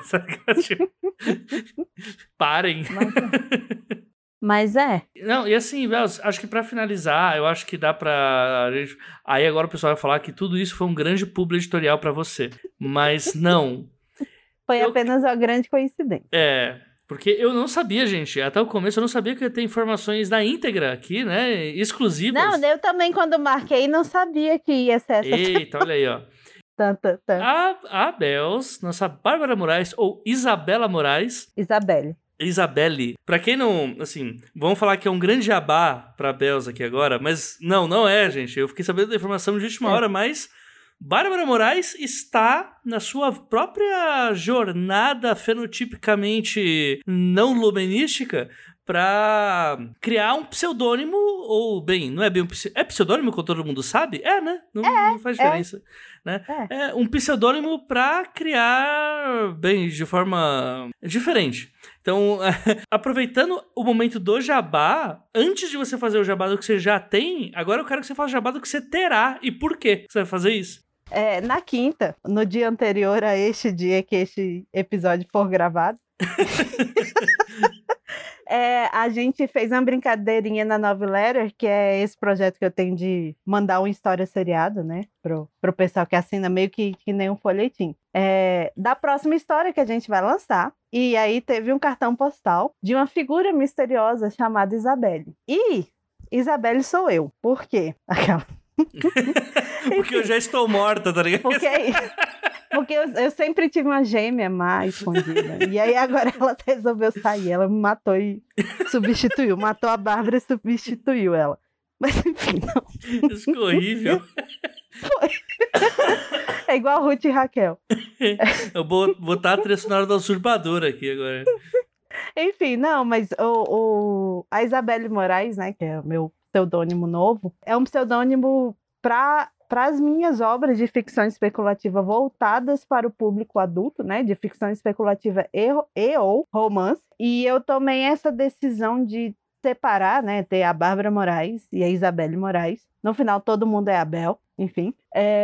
S2: Parem.
S3: Mas
S2: Não, e assim, Vels, acho que pra finalizar, eu acho que dá pra gente... Aí agora o pessoal vai falar que tudo isso foi um grande publi editorial pra você. Mas não.
S3: Foi apenas uma grande coincidência.
S2: Porque eu não sabia, gente. Até o começo eu não sabia que ia ter informações na íntegra aqui, né? Exclusivas.
S3: Não, eu também, quando marquei, não sabia que ia ser essa.
S2: Eita, olha aí, ó. A Bels, nossa Bárbara Moraes, ou Isabela Moraes. Isabelle. Pra quem não, assim, vamos falar que é um grande jabá pra Bels aqui agora, mas não é, gente. Eu fiquei sabendo da informação de última hora, mas Bárbara Moraes está na sua própria jornada fenotipicamente não lumenística pra criar um pseudônimo, ou, bem, não é bem é pseudônimo que todo mundo sabe? Né? Não faz diferença. Né? É um pseudônimo pra criar, bem, de forma diferente. Então, aproveitando o momento do jabá, antes de você fazer o jabá do que você já tem, agora eu quero que você faça o jabá do que você terá. E por que você vai fazer isso?
S3: Na quinta, no dia anterior a este dia que este episódio for gravado, a gente fez uma brincadeirinha na Noveletter, que é esse projeto que eu tenho de mandar uma história seriada, né? Pro pessoal que assina meio que nem um folhetim. Da próxima história que a gente vai lançar. E aí teve um cartão postal de uma figura misteriosa chamada Isabelle. E Isabelle sou eu. Por quê?
S2: Porque eu já estou morta, tá ligado?
S3: Porque eu sempre tive uma gêmea má escondida. E aí agora ela resolveu sair. Ela me matou e substituiu. Matou a Bárbara e substituiu ela. Mas enfim, não.
S2: Isso ficou horrível.
S3: Foi. É igual Ruth e Raquel.
S2: Eu vou botar a trilha sonora da usurpadora aqui agora.
S3: Enfim, não, mas a Isabelle Moraes, né, que é o meu pseudônimo novo, é um pseudônimo para as minhas obras de ficção especulativa voltadas para o público adulto, né, de ficção especulativa ou romance. E eu tomei essa decisão de separar, né, ter a Bárbara Moraes e a Isabelle Moraes. No final, todo mundo é Abel, enfim.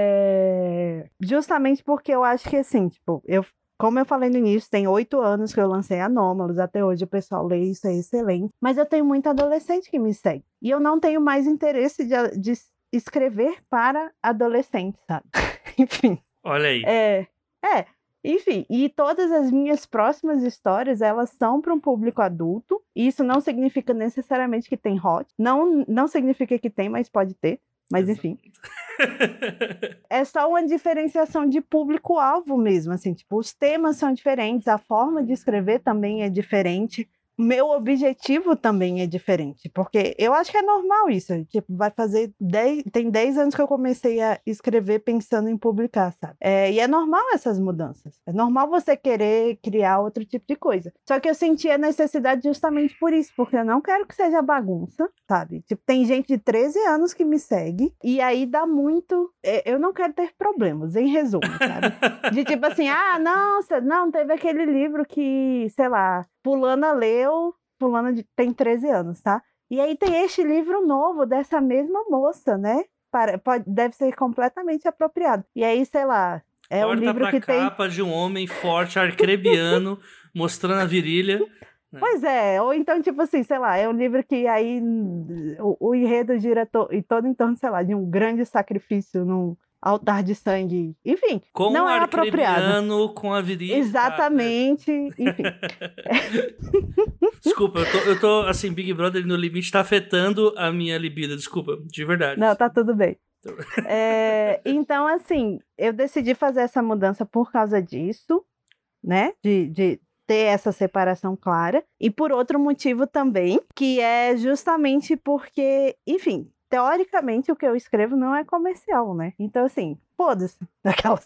S3: Justamente porque eu acho que, assim, tipo, como eu falei no início, tem 8 anos que eu lancei Anômalos, até hoje o pessoal lê isso, é excelente. Mas eu tenho muito adolescente que me segue. E eu não tenho mais interesse de escrever para adolescentes, sabe? Enfim.
S2: Olha aí.
S3: Enfim, e todas as minhas próximas histórias, elas são para um público adulto. E isso não significa necessariamente que tem hot. Não significa que tem, mas pode ter. Mas enfim. É só uma diferenciação de público-alvo mesmo, assim, tipo, os temas são diferentes, a forma de escrever também é diferente. Meu objetivo também é diferente, porque eu acho que é normal isso, tipo, vai fazer tem 10 anos que eu comecei a escrever pensando em publicar, sabe? E é normal essas mudanças, é normal você querer criar outro tipo de coisa. Só que eu senti a necessidade justamente por isso, porque eu não quero que seja bagunça, sabe? Tipo, tem gente de 13 anos que me segue, e aí dá muito... Eu não quero ter problemas, em resumo, sabe? De tipo assim, nossa, não, teve aquele livro que, sei lá, fulana leu, tem 13 anos, tá? E aí tem este livro novo dessa mesma moça, né? Deve ser completamente apropriado. E aí, sei lá, é um livro que tem...
S2: capa de um homem forte, arcrebiano, mostrando a virilha. Né?
S3: Pois é, ou então, tipo assim, sei lá, é um livro que aí o enredo gira todo em torno, sei lá, de um grande sacrifício num altar de sangue, enfim,
S2: com
S3: não é apropriado.
S2: Com a virilha.
S3: Exatamente, enfim.
S2: Desculpa, eu tô, assim, Big Brother no limite tá afetando a minha libido, desculpa, de verdade.
S3: Não, tá tudo bem. Então, assim, eu decidi fazer essa mudança por causa disso, né, de ter essa separação clara, e por outro motivo também, que é justamente porque, enfim, teoricamente, o que eu escrevo não é comercial, né? Então, assim, foda-se. Daquelas...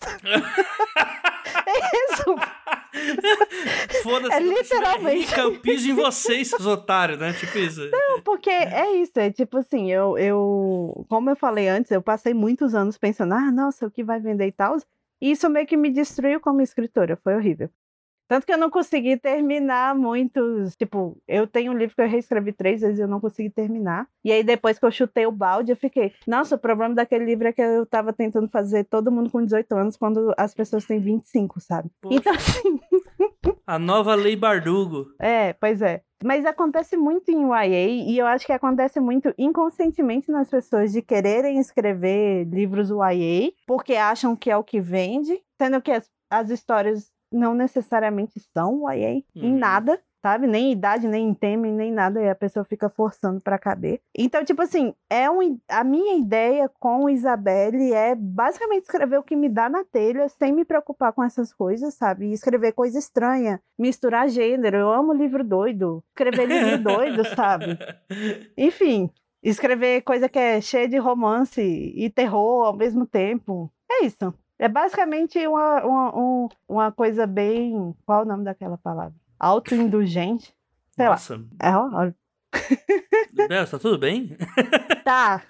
S3: É isso.
S2: Foda-se,
S3: É literalmente.
S2: eu piso em vocês, seus otários, né? Tipo isso.
S3: Não, porque é isso, é tipo assim, como eu falei antes, eu passei muitos anos pensando, nossa, o que vai vender e tal, e isso meio que me destruiu como escritora, foi horrível. Tanto que eu não consegui terminar muitos, tipo, eu tenho um livro que eu reescrevi 3 vezes e eu não consegui terminar. E aí depois que eu chutei o balde, eu fiquei, nossa, o problema daquele livro é que eu tava tentando fazer todo mundo com 18 anos quando as pessoas têm 25, sabe?
S2: Poxa.
S3: Então assim...
S2: A nova Lei Bardugo.
S3: Pois é. Mas acontece muito em YA e eu acho que acontece muito inconscientemente nas pessoas de quererem escrever livros YA porque acham que é o que vende, sendo que as histórias não necessariamente são YA em nada, sabe? Nem idade, nem tema, nem nada, e a pessoa fica forçando pra caber. Então, tipo assim, a minha ideia com Isabelle é basicamente escrever o que me dá na telha, sem me preocupar com essas coisas, sabe? E escrever coisa estranha, misturar gênero. Eu amo livro doido, escrever livro doido, sabe? Enfim, escrever coisa que é cheia de romance e terror ao mesmo tempo. É isso. É basicamente uma coisa bem... Qual é o nome daquela palavra? Autoindulgente. Sei
S2: Nossa.
S3: lá. Olha.
S2: Bel, tá tudo bem?
S3: Tá.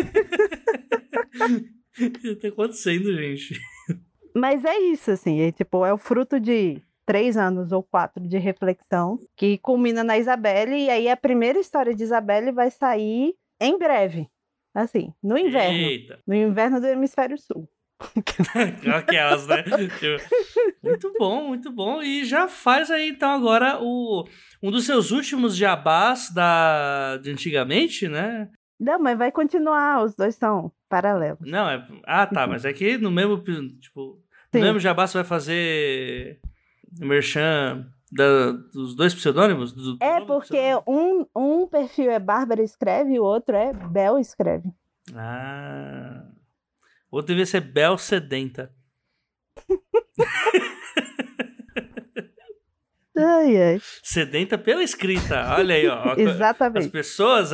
S2: O que tá acontecendo, gente?
S3: Mas é isso, assim. É o fruto de 3 anos ou 4 de reflexão que culmina na Isabelle. E aí a primeira história de Isabelle vai sair em breve. Assim, no inverno.
S2: Eita.
S3: No inverno do Hemisfério Sul.
S2: Aquelas, né? Muito bom, muito bom. E já faz aí, então, agora um dos seus últimos jabás de antigamente, né?
S3: Não, mas vai continuar, os dois são paralelos.
S2: Não, tá, mas é que no mesmo, tipo, no mesmo jabá você vai fazer merchan dos dois pseudônimos?
S3: Porque um perfil é Bárbara Escreve e o outro é Bel Escreve.
S2: Ou devia ser Bel Sedenta.
S3: Ai.
S2: Sedenta pela escrita. Olha aí, ó.
S3: Exatamente.
S2: As pessoas,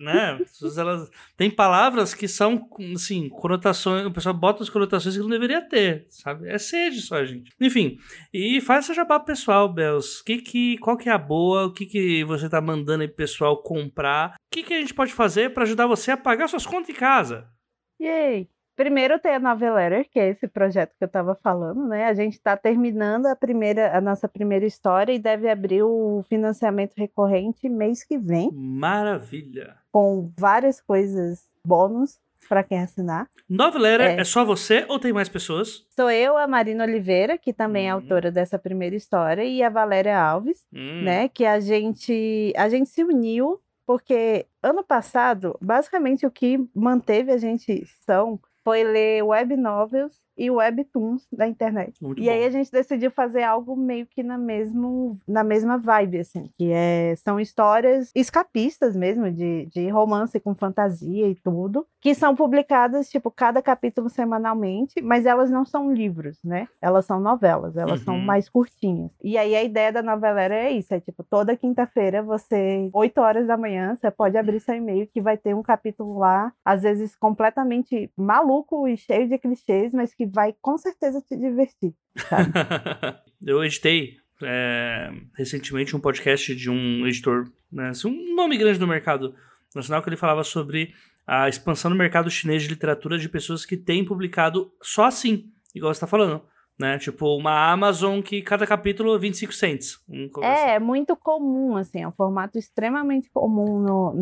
S2: elas têm palavras que são, assim, conotações. O pessoal bota as conotações que não deveria ter, sabe? É sede só, gente. Enfim, e faz essa jabá pro pessoal, Bels. Qual que é a boa? O que você tá mandando aí pro pessoal comprar? O que a gente pode fazer pra ajudar você a pagar suas contas em casa?
S3: Yay! Primeiro tem a Noveletter, que é esse projeto que eu estava falando, né? A gente está terminando a nossa primeira história e deve abrir o financiamento recorrente mês que vem.
S2: Maravilha!
S3: Com várias coisas bônus para quem assinar.
S2: Noveletter é só você ou tem mais pessoas?
S3: Sou eu, a Marina Oliveira, que também é autora dessa primeira história, e a Valéria Alves, né? Que a gente se uniu porque ano passado, basicamente o que manteve a gente foi ler web novels e webtoons da internet.
S2: Muito
S3: e
S2: bom.
S3: Aí a gente decidiu fazer algo meio que na mesma vibe, assim, que são histórias escapistas mesmo, de romance com fantasia e tudo, que são publicadas, tipo, cada capítulo semanalmente, mas elas não são livros, né? Elas são novelas, elas são mais curtinhas. E aí a ideia da Novelera é isso, tipo, toda quinta-feira 8 horas da manhã, você pode abrir seu e-mail que vai ter um capítulo lá, às vezes completamente maluco e cheio de clichês, mas que vai com certeza te divertir, sabe?
S2: Eu editei recentemente um podcast de um editor, né, um nome grande do mercado nacional, que ele falava sobre a expansão no mercado chinês de literatura de pessoas que têm publicado só assim, igual você está falando, né? Tipo, uma Amazon que cada capítulo é 25 cents.
S3: É muito comum, assim, é um formato extremamente comum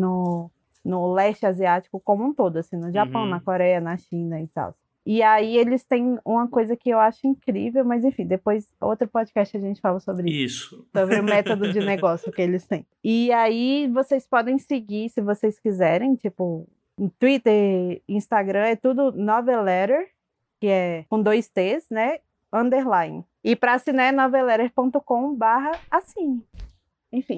S3: no leste asiático como um todo, assim, no Japão, na Coreia, na China e tal. E aí eles têm uma coisa que eu acho incrível, mas enfim, depois outro podcast a gente fala sobre isso. Sobre o método de negócio que eles têm. E aí vocês podem seguir, se vocês quiserem, tipo, no Twitter, Instagram, é tudo Noveletter, que é com 2 T's, né? _ E para assinar é noveletter.com/assine. Enfim.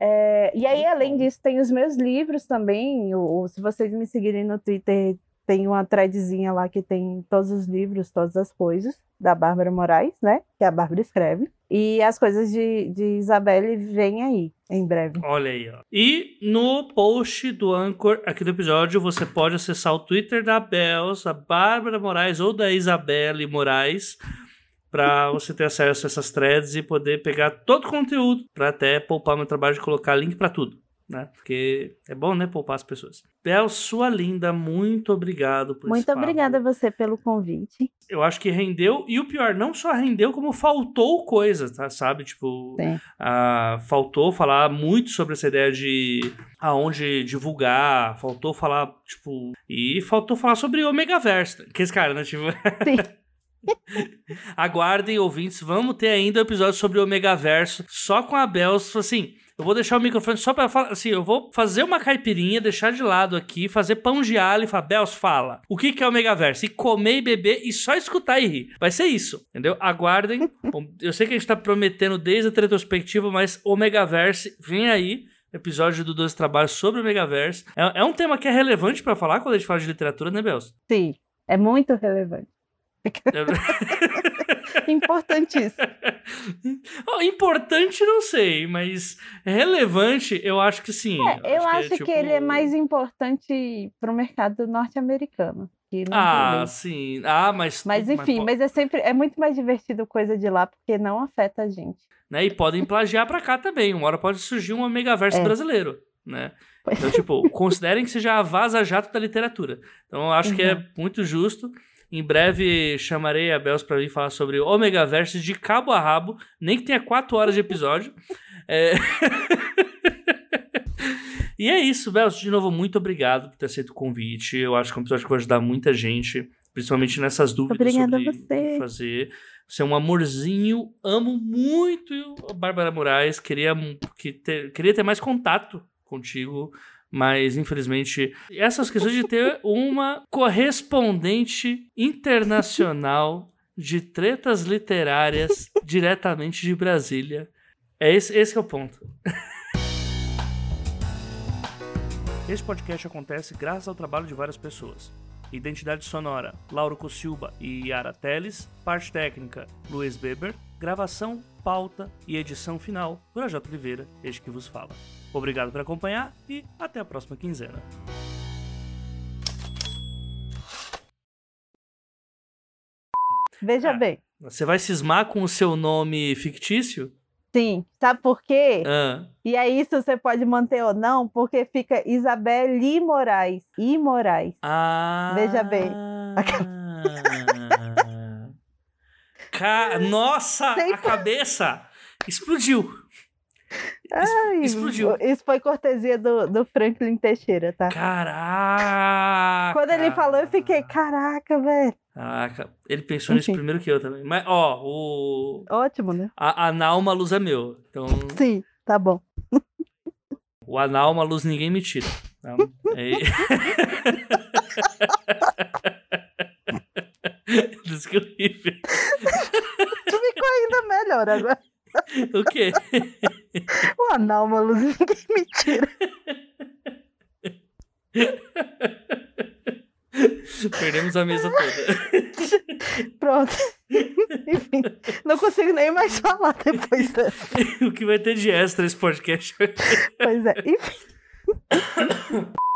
S3: E aí, além disso, tem os meus livros também. Se vocês me seguirem no Twitter, tem uma threadzinha lá que tem todos os livros, todas as coisas, da Bárbara Moraes, né? Que a Bárbara escreve. E as coisas de Isabelle vêm aí, em breve.
S2: Olha aí, ó. E no post do Anchor aqui do episódio, você pode acessar o Twitter da Bels, da Bárbara Moraes ou da Isabelle Moraes, pra você ter acesso a essas threads e poder pegar todo o conteúdo, pra até poupar meu trabalho de colocar link pra tudo, né? Porque é bom, né, poupar as pessoas. Bel, sua linda, muito obrigado por esse papo.
S3: Muito obrigada a você pelo convite.
S2: Eu acho que rendeu, e o pior, não só rendeu, como faltou coisa, tá? Sabe? Tipo, faltou falar muito sobre essa ideia de aonde divulgar, faltou falar, tipo, e faltou falar sobre o Omegaverse, que esse cara, né? Tipo...
S3: Sim.
S2: Aguardem, ouvintes, vamos ter ainda um episódio sobre o Omegaverso, só com a Bels, assim... Eu vou deixar o microfone só pra falar, assim, eu vou fazer uma caipirinha, deixar de lado aqui, fazer pão de alho e falar, Bels, fala, o que é o Megaverse? E comer e beber e só escutar e rir. Vai ser isso, entendeu? Aguardem. Eu sei que a gente tá prometendo desde a retrospectiva, mas o Megaverse vem aí, episódio do 12 Trabalhos sobre o Megaverse. É um tema que é relevante pra falar quando a gente fala de literatura, né, Bels?
S3: Sim, é muito relevante. Importantíssimo.
S2: Importante não sei, mas relevante eu acho que sim.
S3: Eu acho que ele é mais importante pro mercado norte-americano.
S2: Sim.
S3: Mas enfim, mas é muito mais divertido coisa de lá porque não afeta a gente.
S2: Né? E podem plagiar pra cá também. Uma hora pode surgir um Omegaverse brasileiro, né? Então, tipo, considerem que seja a vaza-jato da literatura. Então, eu acho que é muito justo. Em breve chamarei a Bels pra vir falar sobre o Omegaverse de cabo a rabo, nem que tenha 4 horas de episódio. E é isso, Bels. De novo, muito obrigado por ter aceito o convite. Eu acho que é um episódio que vai ajudar muita gente, principalmente nessas dúvidas
S3: Obrigada
S2: sobre
S3: a você.
S2: fazer. Você é um amorzinho, amo muito a Bárbara Moraes. Queria ter mais contato contigo, mas infelizmente essas questões de ter uma correspondente internacional de tretas literárias diretamente de Brasília. Esse que é o ponto. Este podcast acontece graças ao trabalho de várias pessoas. Identidade sonora, Lauro Cossilba e Yara Teles. Parte técnica, Luiz Beber. Gravação, pauta e edição final, Projota Oliveira, este que vos fala. Obrigado por acompanhar e até a próxima quinzena.
S3: Veja bem.
S2: Você vai cismar com o seu nome fictício?
S3: Sim. Sabe por quê? E aí isso você pode manter ou não, porque fica Isabelle Moraes. E Moraes. Veja bem.
S2: Nossa, a cabeça explodiu. Explodiu.
S3: Isso foi cortesia do Franklin Teixeira, tá?
S2: Caraca!
S3: Quando ele falou, eu fiquei, caraca, velho.
S2: Caraca, ele pensou nisso primeiro que eu também. Mas,
S3: Ótimo, né?
S2: Anal, uma luz é meu. Então...
S3: Sim, tá bom.
S2: O anal, uma luz, ninguém me tira. Então, Desculpe.
S3: Tu ficou ainda melhor agora.
S2: O quê?
S3: O anal, uma luz, ninguém me tira.
S2: Perdemos a mesa toda.
S3: Pronto. Enfim, não consigo nem mais falar depois dessa.
S2: O que vai ter de extra esse podcast?
S3: Pois é, enfim.